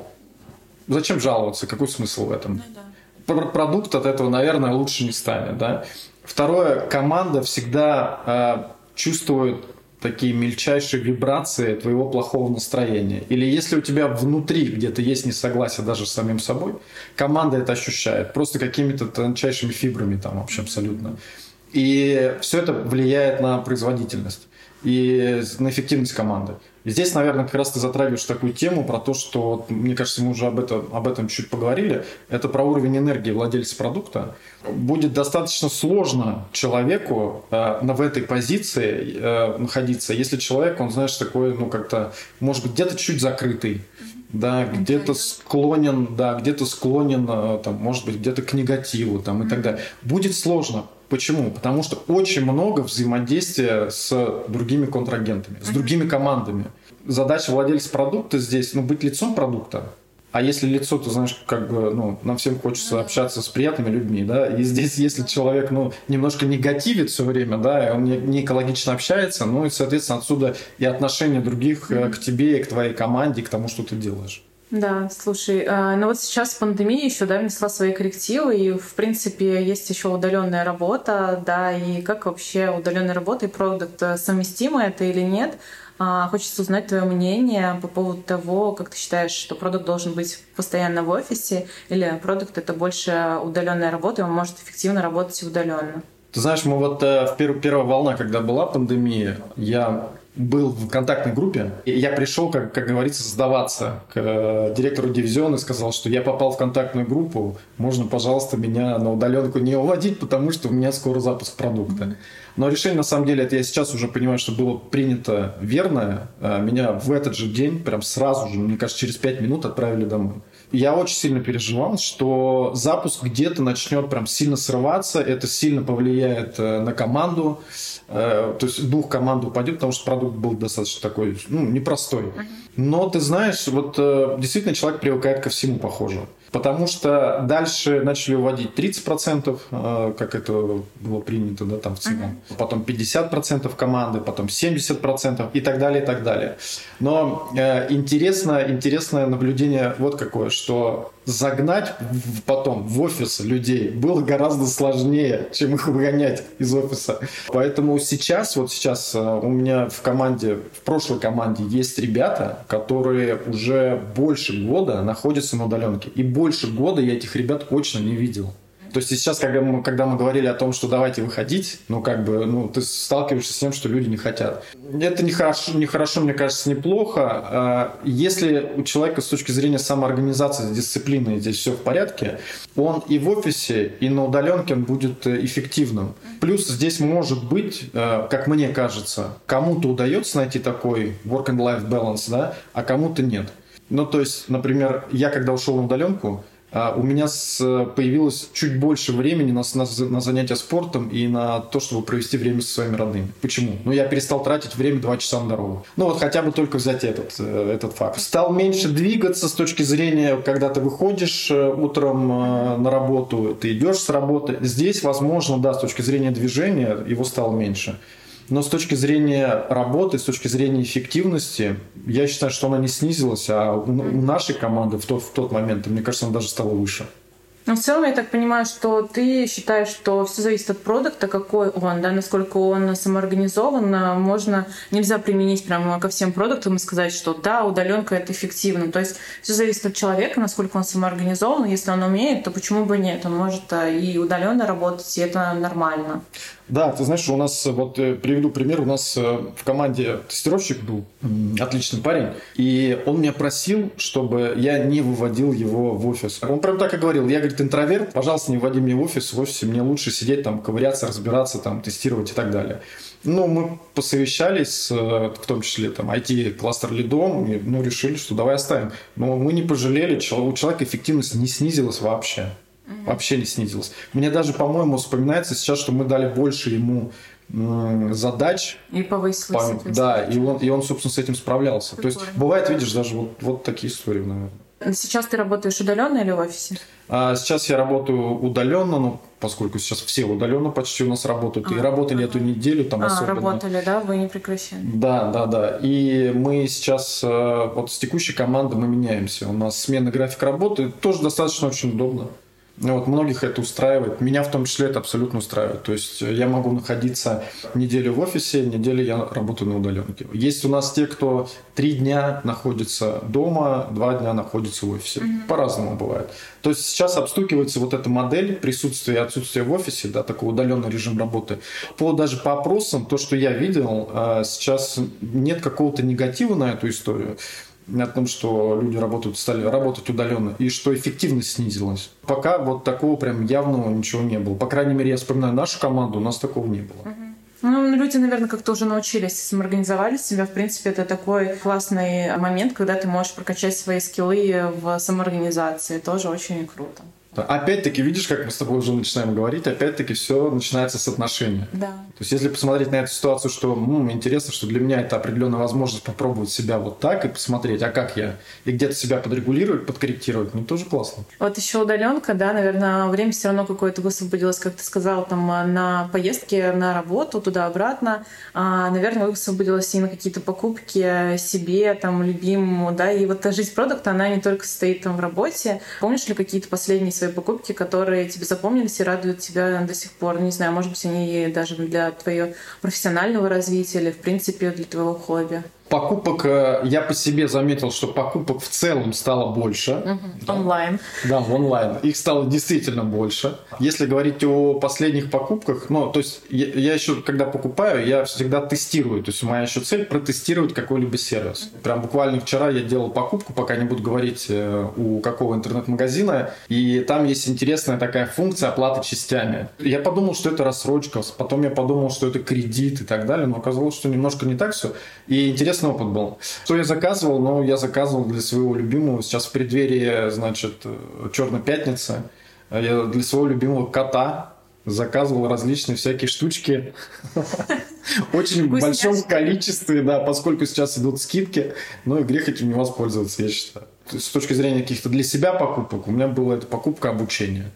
зачем жаловаться? Какой смысл в этом? Ну, да. Продукт от этого, наверное, лучше не станет. Да? Второе, команда всегда э, чувствует такие мельчайшие вибрации твоего плохого настроения. Или если у тебя внутри где-то есть несогласие даже с самим собой, команда это ощущает просто какими-то тончайшими фибрами там вообще абсолютно. И все это влияет на производительность и на эффективность команды. И здесь, наверное, как раз ты затрагиваешь такую тему про то, что, мне кажется, мы уже об этом, об этом чуть поговорили, это про уровень энергии владельца продукта. Будет достаточно сложно человеку э, в этой позиции э, находиться, если человек, он, знаешь, такой, ну, как-то, может быть, где-то чуть закрытый, да, где-то склонен, да, где-то склонен, э, там, может быть, где-то к негативу, там, и так далее. Будет сложно. Почему? Потому что очень много взаимодействия с другими контрагентами, с другими командами. Задача владельца продукта здесь, ну, быть лицом продукта. А если лицо, то, знаешь, как бы, ну, нам всем хочется общаться с приятными людьми, да, и здесь, если человек, ну, немножко негативит все время, да, и он не, не экологично общается, ну, и, соответственно, отсюда и отношение других к тебе, и к твоей команде, и к тому, что ты делаешь. Да, слушай, ну вот сейчас пандемия еще, да, внесла свои коррективы, и, в принципе, есть еще удаленная работа, да, и как вообще удаленная работа и продукт совместимы это или нет? Хочется узнать твое мнение по поводу того, как ты считаешь, что продукт должен быть постоянно в офисе, или продукт это больше удаленная работа, и он может эффективно работать удаленно? Ты знаешь, мы вот в первую, первая волна, когда была пандемия, я был в контактной группе, и я пришел, как, как говорится, сдаваться к э, директору дивизиона и сказал, что я попал в контактную группу, можно, пожалуйста, меня на удаленку не уводить, потому что у меня скоро запуск продукта. Но решение, на самом деле, это я сейчас уже понимаю, что было принято верное. Меня в этот же день, прям сразу же, мне кажется, через пять минут отправили домой. Я очень сильно переживал, что запуск где-то начнет прям сильно срываться, это сильно повлияет на команду, то есть дух команды упадет, потому что продукт был достаточно такой, ну, непростой. Но ты знаешь, вот действительно человек привыкает ко всему, похоже. Потому что дальше начали уводить тридцать процентов, как это было принято, да, там в целом. Потом пятьдесят процентов команды, потом семьдесят процентов и так далее, и так далее. Но э, интересно, интересное наблюдение вот какое, что загнать в, потом в офис людей было гораздо сложнее, чем их выгонять из офиса. Поэтому сейчас, вот сейчас у меня в команде, в прошлой команде есть ребята, которые уже больше года находятся на удаленке. И больше года я этих ребят очно не видел. То есть сейчас, когда мы, когда мы говорили о том, что давайте выходить, ну, как бы, ну, ты сталкиваешься с тем, что люди не хотят. Это не хорошо, не хорошо, мне кажется, неплохо. Если у человека с точки зрения самоорганизации, дисциплины здесь все в порядке, он и в офисе, и на удаленке он будет эффективным. Плюс здесь может быть, как мне кажется, кому-то удается найти такой work and life balance, да, а кому-то нет. Ну, то есть, например, я когда ушел на удаленку, у меня появилось чуть больше времени на, на, на занятия спортом и на то, чтобы провести время со своими родными. Почему? Ну, я перестал тратить время два часа на дорогу. Ну, вот хотя бы только взять этот, этот факт. Стал меньше двигаться с точки зрения, когда ты выходишь утром на работу, ты идешь с работы. Здесь, возможно, да, с точки зрения движения его стало меньше. Но с точки зрения работы, с точки зрения эффективности, я считаю, что она не снизилась, а у нашей команды в тот, в тот момент, мне кажется, она даже стала выше. Но в целом, я так понимаю, что ты считаешь, что все зависит от продукта, какой он, да, насколько он самоорганизован. Можно, нельзя применить прямо ко всем продуктам и сказать, что да, удаленка это эффективно. То есть все зависит от человека, насколько он самоорганизован. Если он умеет, то почему бы нет? Он может и удаленно работать, и это нормально. Да, ты знаешь, у нас, вот приведу пример, у нас в команде тестировщик был, отличный парень, и он меня просил, чтобы я не выводил его в офис. Он прям так и говорил, я, говорит, интроверт, пожалуйста, не вводи меня в офис, в офисе мне лучше сидеть там, ковыряться, разбираться, там, тестировать и так далее. Ну, мы посовещались, в том числе там ай ти-кластер лидом, и, ну, решили, что давай оставим. Но мы не пожалели, у человека эффективность не снизилась вообще. Вообще не снизилась. Мне даже, по-моему, вспоминается сейчас, что мы дали больше ему м- задач. И повысилось. По- да, и он, и он, собственно, с этим справлялся. Прикольно. То есть, бывает, видишь, даже вот, вот такие истории, наверное. Сейчас ты работаешь удаленно или в офисе? А сейчас я работаю удаленно, ну, поскольку сейчас все удаленно почти у нас работают. А, и работали ага. эту неделю там а, особенно. работали, да? Вы не прекращали? Да, да, да. И мы сейчас вот с текущей командой мы меняемся. У нас смена графика работы, тоже достаточно очень удобно. Вот, многих это устраивает. Меня в том числе это абсолютно устраивает. То есть я могу находиться неделю в офисе, неделю я работаю на удаленке. Есть у нас те, кто три дня находится дома, два дня находится в офисе. Mm-hmm. По-разному бывает. То есть сейчас обстукивается вот эта модель присутствия и отсутствия в офисе, да, такой удаленный режим работы. По, даже по опросам, то, что я видел, сейчас нет какого-то негатива на эту историю. О том, что люди работают, стали работать удаленно, и что эффективность снизилась. Пока вот такого прям явного ничего не было. По крайней мере, я вспоминаю нашу команду, у нас такого не было. Ну, люди, наверное, как-то уже научились, самоорганизовали себя. В принципе, это такой классный момент, когда ты можешь прокачать свои скиллы в самоорганизации. Тоже очень круто. Опять-таки, видишь, как мы с тобой уже начинаем говорить, опять-таки все начинается с отношения. Да. То есть, если посмотреть на эту ситуацию, что ну, интересно, что для меня это определенная возможность попробовать себя вот так и посмотреть, а как я, и где-то себя подрегулировать, подкорректировать, ну, тоже классно. Вот еще удаленка, да, наверное, время все равно какое-то высвободилось, как ты сказал, там, на поездки, на работу, туда-обратно. А, наверное, высвободилось и на какие-то покупки себе, там, любимому, да, и вот жизнь продукта, она не только состоит там в работе. Помнишь ли какие-то последние свои покупки, которые тебе запомнились и радуют тебя до сих пор? Не знаю, может быть, они даже для твоего профессионального развития или, в принципе, для твоего хобби. Покупок, я по себе заметил, что покупок в целом стало больше. Uh-huh. Да. Онлайн. Да, онлайн. Их стало действительно больше. Если говорить о последних покупках, ну, то есть я, я еще, когда покупаю, я всегда тестирую. То есть моя еще цель протестировать какой-либо сервис. Прям буквально вчера я делал покупку, пока не буду говорить у какого интернет-магазина, и там есть интересная такая функция оплаты частями. Я подумал, что это рассрочка, потом я подумал, что это кредит и так далее, но оказалось, что немножко не так все. И интересно, опыт был. Что я заказывал? Ну, я заказывал для своего любимого. Сейчас в преддверии, значит, Черной пятницы. Я для своего любимого кота заказывал различные всякие штучки. Очень в большом количестве, да, поскольку сейчас идут скидки. Ну, и грех этим не воспользоваться, я считаю. С точки зрения каких-то для себя покупок, у меня была эта покупка обучения.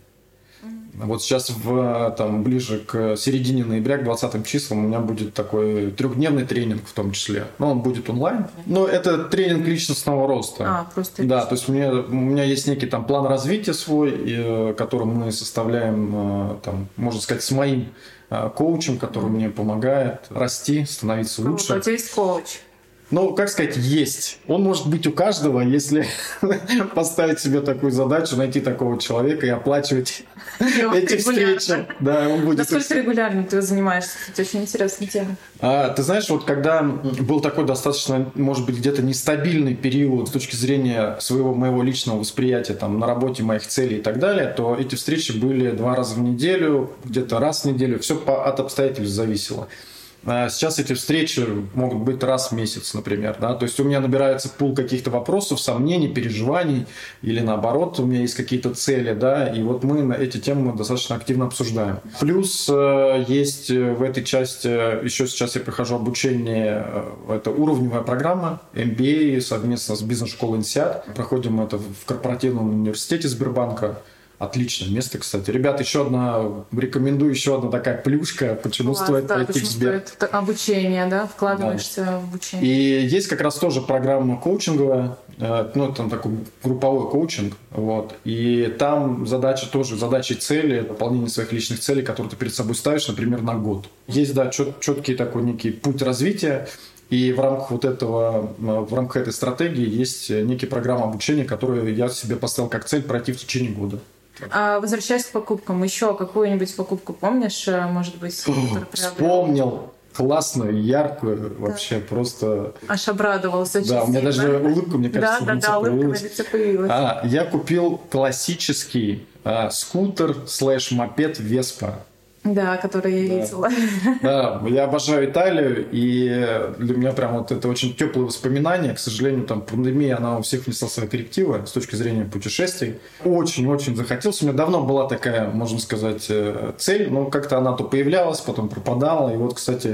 Вот сейчас в, там, ближе к середине ноября, к двадцатым числам у меня будет такой трехдневный тренинг в том числе. Но он будет онлайн. Но это тренинг личностного роста. А, просто да, то есть у меня, у меня есть некий там план развития свой, и, который мы составляем, там, можно сказать, с моим коучем, который мне помогает расти, становиться лучше. У тебя есть коуч? Ну, как сказать, есть. Он может быть у каждого, если поставить себе такую задачу, найти такого человека и оплачивать эти встречи. Да, он будет. Насколько регулярно ты занимаешься? Это очень интересная тема. А, ты знаешь, вот когда был такой достаточно, может быть, где-то нестабильный период с точки зрения своего моего личного восприятия там, на работе, моих целей и так далее, то эти встречи были два раза в неделю, где-то раз в неделю. Все по, от обстоятельств зависело. Сейчас эти встречи могут быть раз в месяц, например. Да? То есть у меня набирается пул каких-то вопросов, сомнений, переживаний, или наоборот, у меня есть какие-то цели, да, и вот мы на эти темы достаточно активно обсуждаем. Плюс есть в этой части, еще сейчас я прохожу обучение, это уровневая программа эм би эй совместно с бизнес-школой ИНСЕАД. Проходим это в корпоративном университете Сбербанка. Отличное место, кстати. Ребят, еще одна, рекомендую, еще одна такая плюшка, почему Класс, стоит да, пойти в Сбер. Стоит обучение, да, вкладываешься да. в обучение. И есть как раз тоже программа коучинговая, ну, там такой групповой коучинг, вот, и там задача тоже, задачи и цели, выполнение своих личных целей, которые ты перед собой ставишь, например, на год. Есть, да, чет, четкий такой некий путь развития, и в рамках вот этого, в рамках этой стратегии есть некие программы обучения, которые я себе поставил как цель пройти в течение года. А возвращаясь к покупкам, еще какую-нибудь покупку помнишь, может быть? Вспомнил. Классную, яркую, да. Вообще просто... Аж обрадовался. Да, у меня даже улыбка, мне кажется, да, да, да, улыбка на лице появилась. А, я купил классический а, скутер слэш-мопед Vespa. Да, который я да. видела. Да, я обожаю Италию, и для меня прям вот это очень теплые воспоминания. К сожалению, там пандемия, она у всех внесла свои коррективы с точки зрения путешествий. Очень-очень захотелось. У меня давно была такая, можно сказать, цель, но как-то она то появлялась, потом пропадала. И вот, кстати,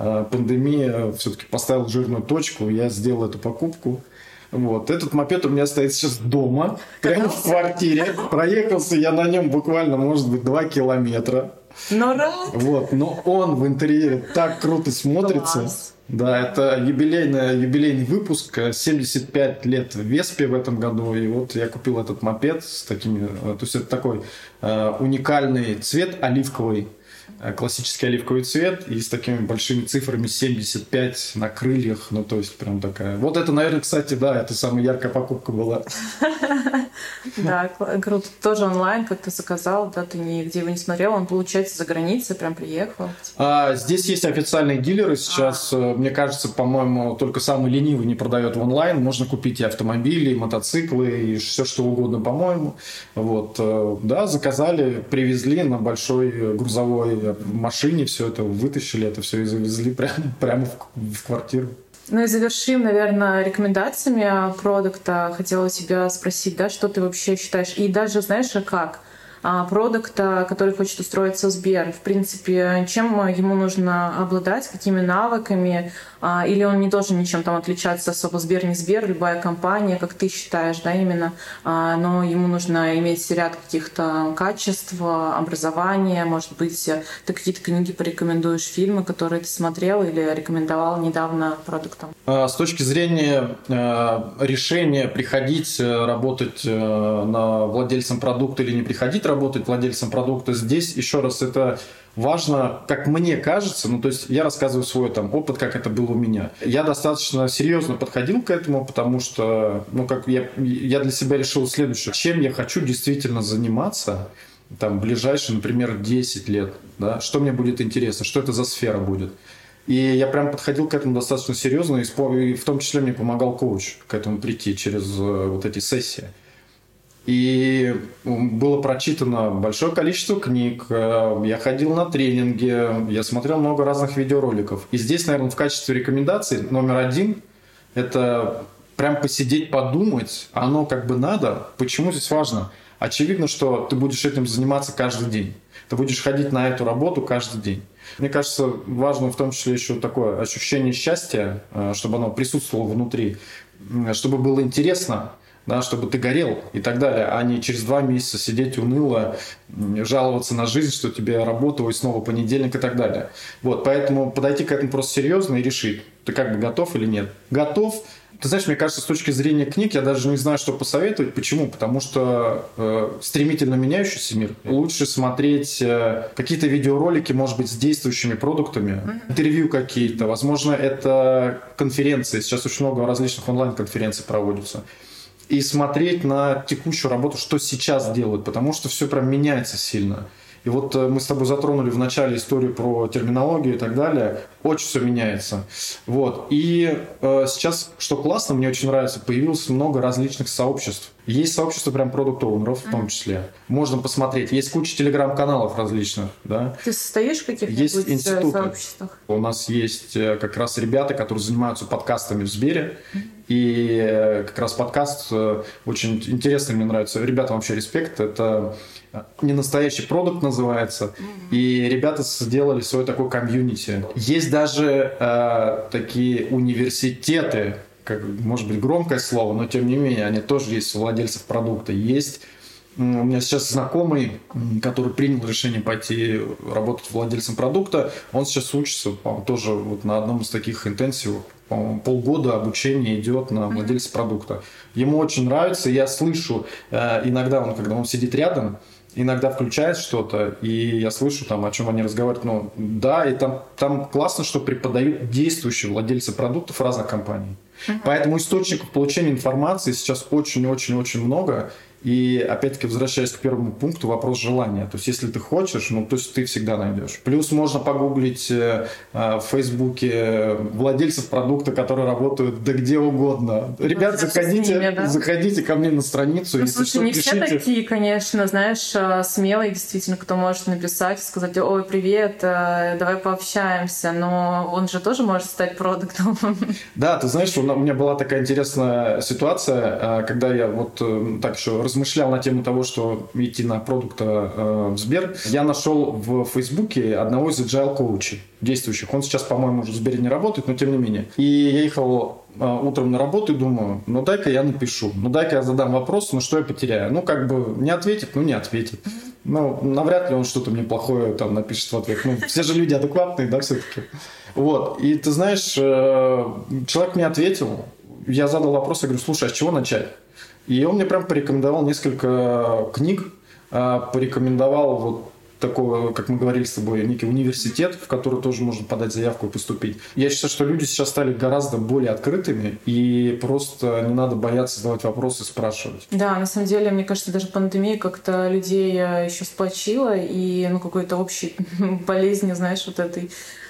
пандемия все-таки поставила жирную точку, я сделал эту покупку. Вот. Этот мопед у меня стоит сейчас дома, прямо в квартире. Проехался я на нем буквально, может быть, два километра. Но рад. Вот, но он в интерьере так круто смотрится. Класс. Да, это юбилейный, юбилейный выпуск, семьдесят пять лет Веспе в этом году, и вот я купил этот мопед с такими, то есть это такой э, уникальный цвет оливковый, э, классический оливковый цвет, и с такими большими цифрами семьдесят пять на крыльях, ну то есть прям такая. Вот это, наверное, кстати, да, это самая яркая покупка была. Да, круто. Тоже онлайн, как ты заказал, да, ты нигде его не смотрел, он, получается, за границей прям приехал. А, здесь есть официальные дилеры сейчас, а. Мне кажется, по-моему, только самый ленивый не продает в онлайн, можно купить и автомобили, и мотоциклы, и все что угодно, по-моему. Вот, да, заказали, привезли на большой грузовой машине, все это вытащили, это все и завезли прямо, прямо в, в квартиру. Ну и завершим, наверное, рекомендациями продукта. Хотела тебя спросить, да, что ты вообще считаешь? И даже, знаешь, как? Продукта, который хочет устроиться в Сбер. В принципе, чем ему нужно обладать, какими навыками, или он не должен ничем там отличаться особо, Сбер, не Сбер, любая компания, как ты считаешь, да, именно, но ему нужно иметь ряд каких-то качеств, образования, может быть, ты какие-то книги порекомендуешь, фильмы, которые ты смотрел или рекомендовал недавно продуктам? С точки зрения решения приходить работать на владельцем продукта или не приходить работать владельцем продукта, здесь еще раз это важно, как мне кажется, ну то есть я рассказываю свой там опыт, как это было у меня. Я достаточно серьезно подходил к этому, потому что, ну как я, я для себя решил следующее, чем я хочу действительно заниматься там ближайшие, например, десять лет, да, что мне будет интересно, что это за сфера будет. И я прям подходил к этому достаточно серьезно, и в том числе мне помогал коуч к этому прийти через вот эти сессии. И было прочитано большое количество книг, я ходил на тренинги, я смотрел много разных видеороликов. И здесь, наверное, в качестве рекомендаций номер один – это прям посидеть, подумать, оно как бы надо. Почему здесь важно? Очевидно, что ты будешь этим заниматься каждый день. Ты будешь ходить на эту работу каждый день. Мне кажется, важно в том числе еще такое ощущение счастья, чтобы оно присутствовало внутри, чтобы было интересно. Да, чтобы ты горел и так далее, а не через два месяца сидеть уныло, жаловаться на жизнь, что тебе работа, и снова понедельник и так далее. Вот, поэтому подойти к этому просто серьезно и решить, ты как бы готов или нет. Готов. Ты знаешь, мне кажется, с точки зрения книг, я даже не знаю, что посоветовать. Почему? Потому что э, стремительно меняющийся мир. Лучше смотреть э, какие-то видеоролики, может быть, с действующими продуктами, mm-hmm. интервью какие-то. Возможно, это конференции. Сейчас очень много различных онлайн-конференций проводятся. И смотреть на текущую работу, что сейчас делают, потому что все прям меняется сильно. И вот мы с тобой затронули в начале историю про терминологию и так далее. Очень все меняется. Вот. И э, сейчас, что классно, мне очень нравится, появилось много различных сообществ. Есть сообщество прям продукт-оунеров в том числе. Можно посмотреть. Есть куча телеграм-каналов различных. Да? Ты состоишь в каких-нибудь сообществах? У нас есть как раз ребята, которые занимаются подкастами в Сбере. И как раз подкаст очень интересный, мне нравится. Ребята, вообще респект. Это не настоящий продукт называется. И ребята сделали свой такой комьюнити. Есть даже э, такие университеты, как, может быть, громкое слово, но тем не менее, они тоже есть у владельцев продукта. Есть у меня сейчас знакомый, который принял решение пойти работать владельцем продукта, он сейчас учится, тоже вот на одном из таких интенсивов, по-моему, полгода обучения идет на владельца продукта. Ему очень нравится, я слышу, иногда он, когда он сидит рядом, иногда включает что-то, и я слышу, там, о чем они разговаривают. Ну, да, и там, там классно, что преподают действующие владельцы продуктов разных компаний. Uh-huh. Поэтому источников получения информации сейчас очень-очень-очень много. И опять-таки, возвращаясь к первому пункту, вопрос желания. То есть, если ты хочешь, ну, то есть ты всегда найдешь. Плюс можно погуглить э, в Фейсбуке владельцев продукта, которые работают да где угодно. Ребят, ну, заходите, ними, да? заходите ко мне на страницу. Ну, слушай, что, не пишите. Все такие, конечно, знаешь, смелые, действительно, кто может написать, сказать: ой, привет, давай пообщаемся. Но он же тоже может стать продуктом. Да, ты знаешь, у меня была такая интересная ситуация, когда я вот так еще размышлял на тему того, что идти на продукта э, в Сбер, я нашел в Фейсбуке одного из agile коучей действующих. Он сейчас, по-моему, уже в Сбере не работает, но тем не менее. И я ехал э, утром на работу и думаю, ну дай-ка я напишу, ну дай-ка я задам вопрос, ну что я потеряю? Ну как бы не ответит, ну не ответит. Ну навряд ли он что-то мне плохое там напишет в ответ. Ну все же люди адекватные, да, все-таки. Вот. И ты знаешь, э, человек мне ответил, я задал вопрос, я говорю, слушай, а с чего начать? И он мне прям порекомендовал несколько книг, порекомендовал вот такой, как мы говорили с тобой, некий университет, в который тоже можно подать заявку и поступить. Я считаю, что люди сейчас стали гораздо более открытыми, и просто не надо бояться задавать вопросы и спрашивать. Да, на самом деле, мне кажется, даже пандемия как-то людей еще сплочила, и ну, какой-то общей болезни, знаешь, вот этой.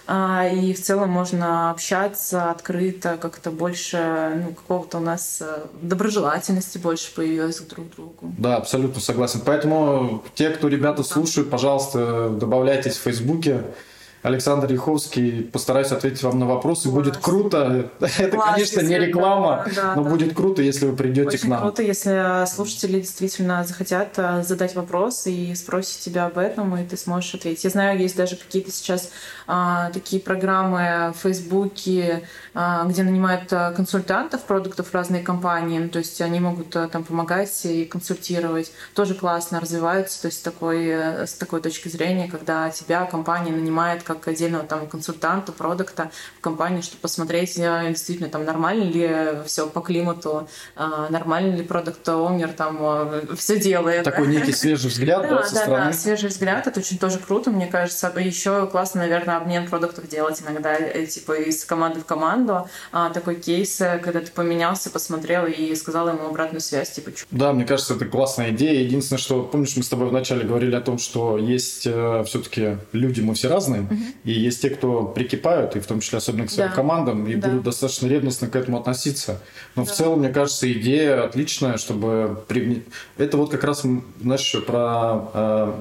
И в целом можно общаться открыто, как-то больше, ну, какого-то у нас доброжелательности больше появилось друг к другу. Да, абсолютно согласен. Поэтому те, кто ребята слушают, пожалуйста, добавляйтесь в Фейсбуке. Александр Яховский, постараюсь ответить вам на вопросы. Класс. Будет круто. Это, Класс, конечно, не реклама, да, но да. будет круто, если вы придете Очень к нам. Очень круто, если слушатели действительно захотят задать вопрос и спросят тебя об этом, и ты сможешь ответить. Я знаю, есть даже какие-то сейчас а, такие программы в Фейсбуке, а, где нанимают консультантов продуктов разные компании. Ну, то есть они могут а, там помогать и консультировать. Тоже классно развиваются. То есть такой, с такой точки зрения, когда тебя компания нанимает как отдельного там консультанта, продукта в компании, чтобы посмотреть, действительно там нормально ли все по климату, нормально ли продукт-оунер там все делает. Такой некий свежий взгляд, да, да, со да, стороны. Да, свежий взгляд, это очень тоже круто, мне кажется. Еще классно, наверное, обмен продуктов делать иногда, типа из команды в команду. Такой кейс, когда ты поменялся, посмотрел и сказал ему обратную связь, типа. Да, мне кажется, это классная идея. Единственное, что, помнишь, мы с тобой вначале говорили о том, что есть э, все-таки люди, мы все разные, uh-huh. и есть те, кто прикипают, и в том числе особенно к своим да. командам, и да. будут достаточно ревностно к этому относиться. Но да. в целом, мне кажется, идея отличная, чтобы... При... Это вот как раз, знаешь, еще про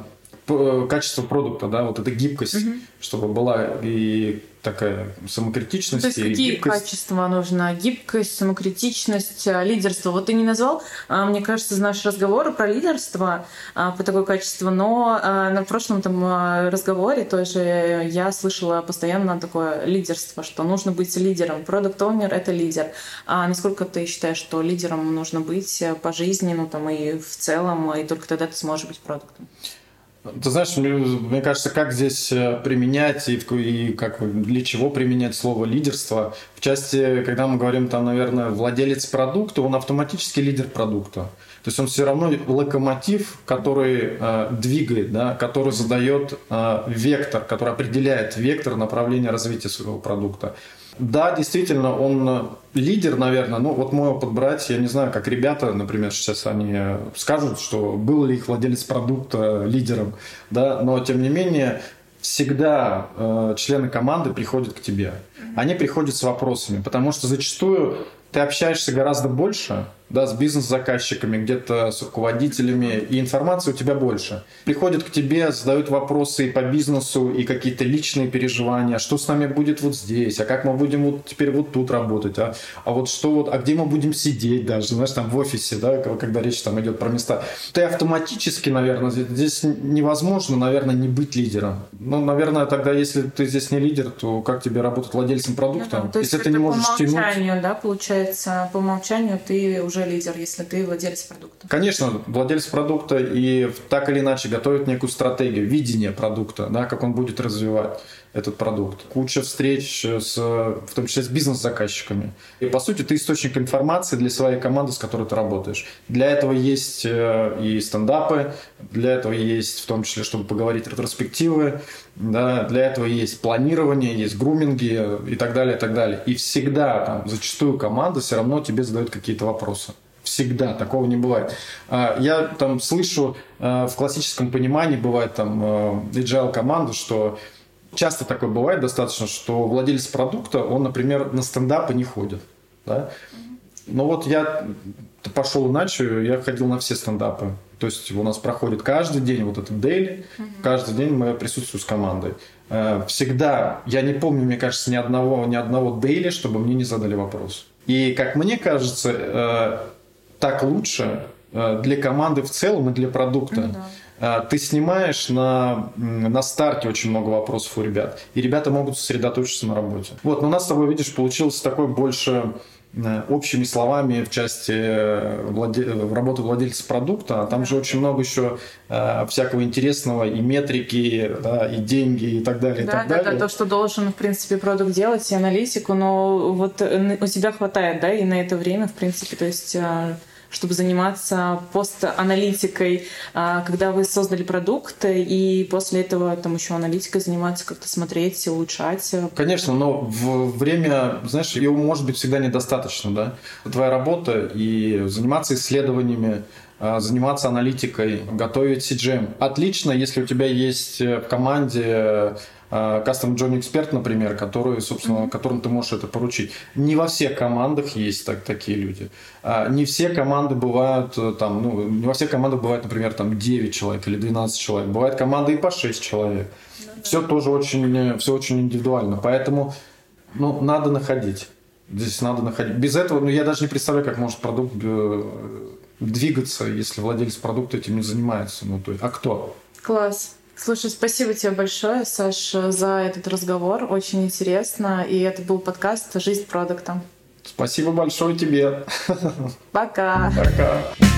э, качество продукта, да, вот эта гибкость, uh-huh. чтобы была и такая самокритичность. То есть и какие гибкость. качества нужно? Гибкость, самокритичность, лидерство. Вот ты не назвал, мне кажется, наш разговор про лидерство, по такое качество, но на прошлом там разговоре тоже я слышала постоянно такое лидерство, что нужно быть лидером. Продукт-оунер — это лидер. А насколько ты считаешь, что лидером нужно быть по жизни, ну там и в целом, и только тогда ты сможешь быть продуктом? Ты знаешь, мне, мне кажется, как здесь применять и, и как, для чего применять слово лидерство. В части, когда мы говорим, там, наверное, владелец продукта, он автоматически лидер продукта. То есть он все равно локомотив, который э, двигает, да, который задает э, вектор, который определяет вектор направления развития своего продукта. Да, действительно, он лидер, наверное. Ну, вот мой опыт брать, я не знаю, как ребята, например, сейчас они скажут, что был ли их владелец продукта лидером, да, но тем не менее всегда э, члены команды приходят к тебе. Они приходят с вопросами, потому что зачастую ты общаешься гораздо больше, да, с бизнес-заказчиками, где-то с руководителями, и информации у тебя больше. Приходят к тебе, задают вопросы и по бизнесу, и какие-то личные переживания, что с нами будет вот здесь, а как мы будем вот теперь вот тут работать, а, а вот что вот, а где мы будем сидеть даже, знаешь, там в офисе, да, когда речь там идет про места. Ты автоматически, наверное, здесь невозможно, наверное, не быть лидером. Ну, наверное, тогда, если ты здесь не лидер, то как тебе работать владельцем продукта? Ну, то есть если ты не можешь по умолчанию, тянуть... да, получается, по умолчанию ты уже лидер, если ты владелец продукта. Конечно, владелец продукта и так или иначе готовит некую стратегию, видение продукта, да, как он будет развивать этот продукт. Куча встреч, с, в том числе с бизнес-заказчиками. И, по сути, ты источник информации для своей команды, с которой ты работаешь. Для этого есть и стендапы, для этого есть, в том числе, чтобы поговорить ретроспективы, да, для этого есть планирование, есть груминги и так далее, и так далее. И всегда, там, зачастую команда все равно тебе задает какие-то вопросы. Всегда, такого не бывает. Я там слышу в классическом понимании, бывает там agile команды, что часто такое бывает достаточно, что владелец продукта, он, например, на стендапы не ходит. Да? Но вот я пошел иначе, я ходил на все стендапы. То есть у нас проходит каждый день вот этот дейли, mm-hmm. каждый день мы присутствуем с командой. Всегда, я не помню, мне кажется, ни одного, ни одного дейли, чтобы мне не задали вопрос. И, как мне кажется, так лучше для команды в целом и для продукта. Mm-hmm. Ты снимаешь на, на старте очень много вопросов у ребят, и ребята могут сосредоточиться на работе. Вот, но у нас с тобой, видишь, получилось такое больше общими словами в части владе... работы владельца продукта. Там же очень много еще э, всякого интересного, и метрики, да, и деньги, и так далее, да, и так да, далее. Да, то, что должен, в принципе, продукт делать, и аналитику, но вот у тебя хватает, да, и на это время, в принципе, то есть... чтобы заниматься пост-аналитикой, когда вы создали продукт, и после этого там еще аналитикой заниматься, как-то смотреть, улучшать. Конечно, но в время, знаешь, его может быть всегда недостаточно, да? Твоя работа и заниматься исследованиями, заниматься аналитикой, готовить си джи эм. Отлично, если у тебя есть в команде Custom Journey Expert, например, который, собственно, mm-hmm. которым ты можешь это поручить. Не во всех командах есть так, такие люди. Не все команды бывают, там, ну, не во всех командах бывает, например, там девять человек или двенадцать человек. Бывает команда и по шесть человек. Mm-hmm. Все тоже очень, все очень индивидуально. Поэтому, ну, надо находить. Здесь надо находить. Без этого, ну, я даже не представляю, как может продукт двигаться, если владелец продукта этим не занимается. Ну, то есть, а кто? Класс. Слушай, спасибо тебе большое, Саш, за этот разговор. Очень интересно. И это был подкаст «Жизнь продукта». Спасибо большое тебе. Пока. Пока.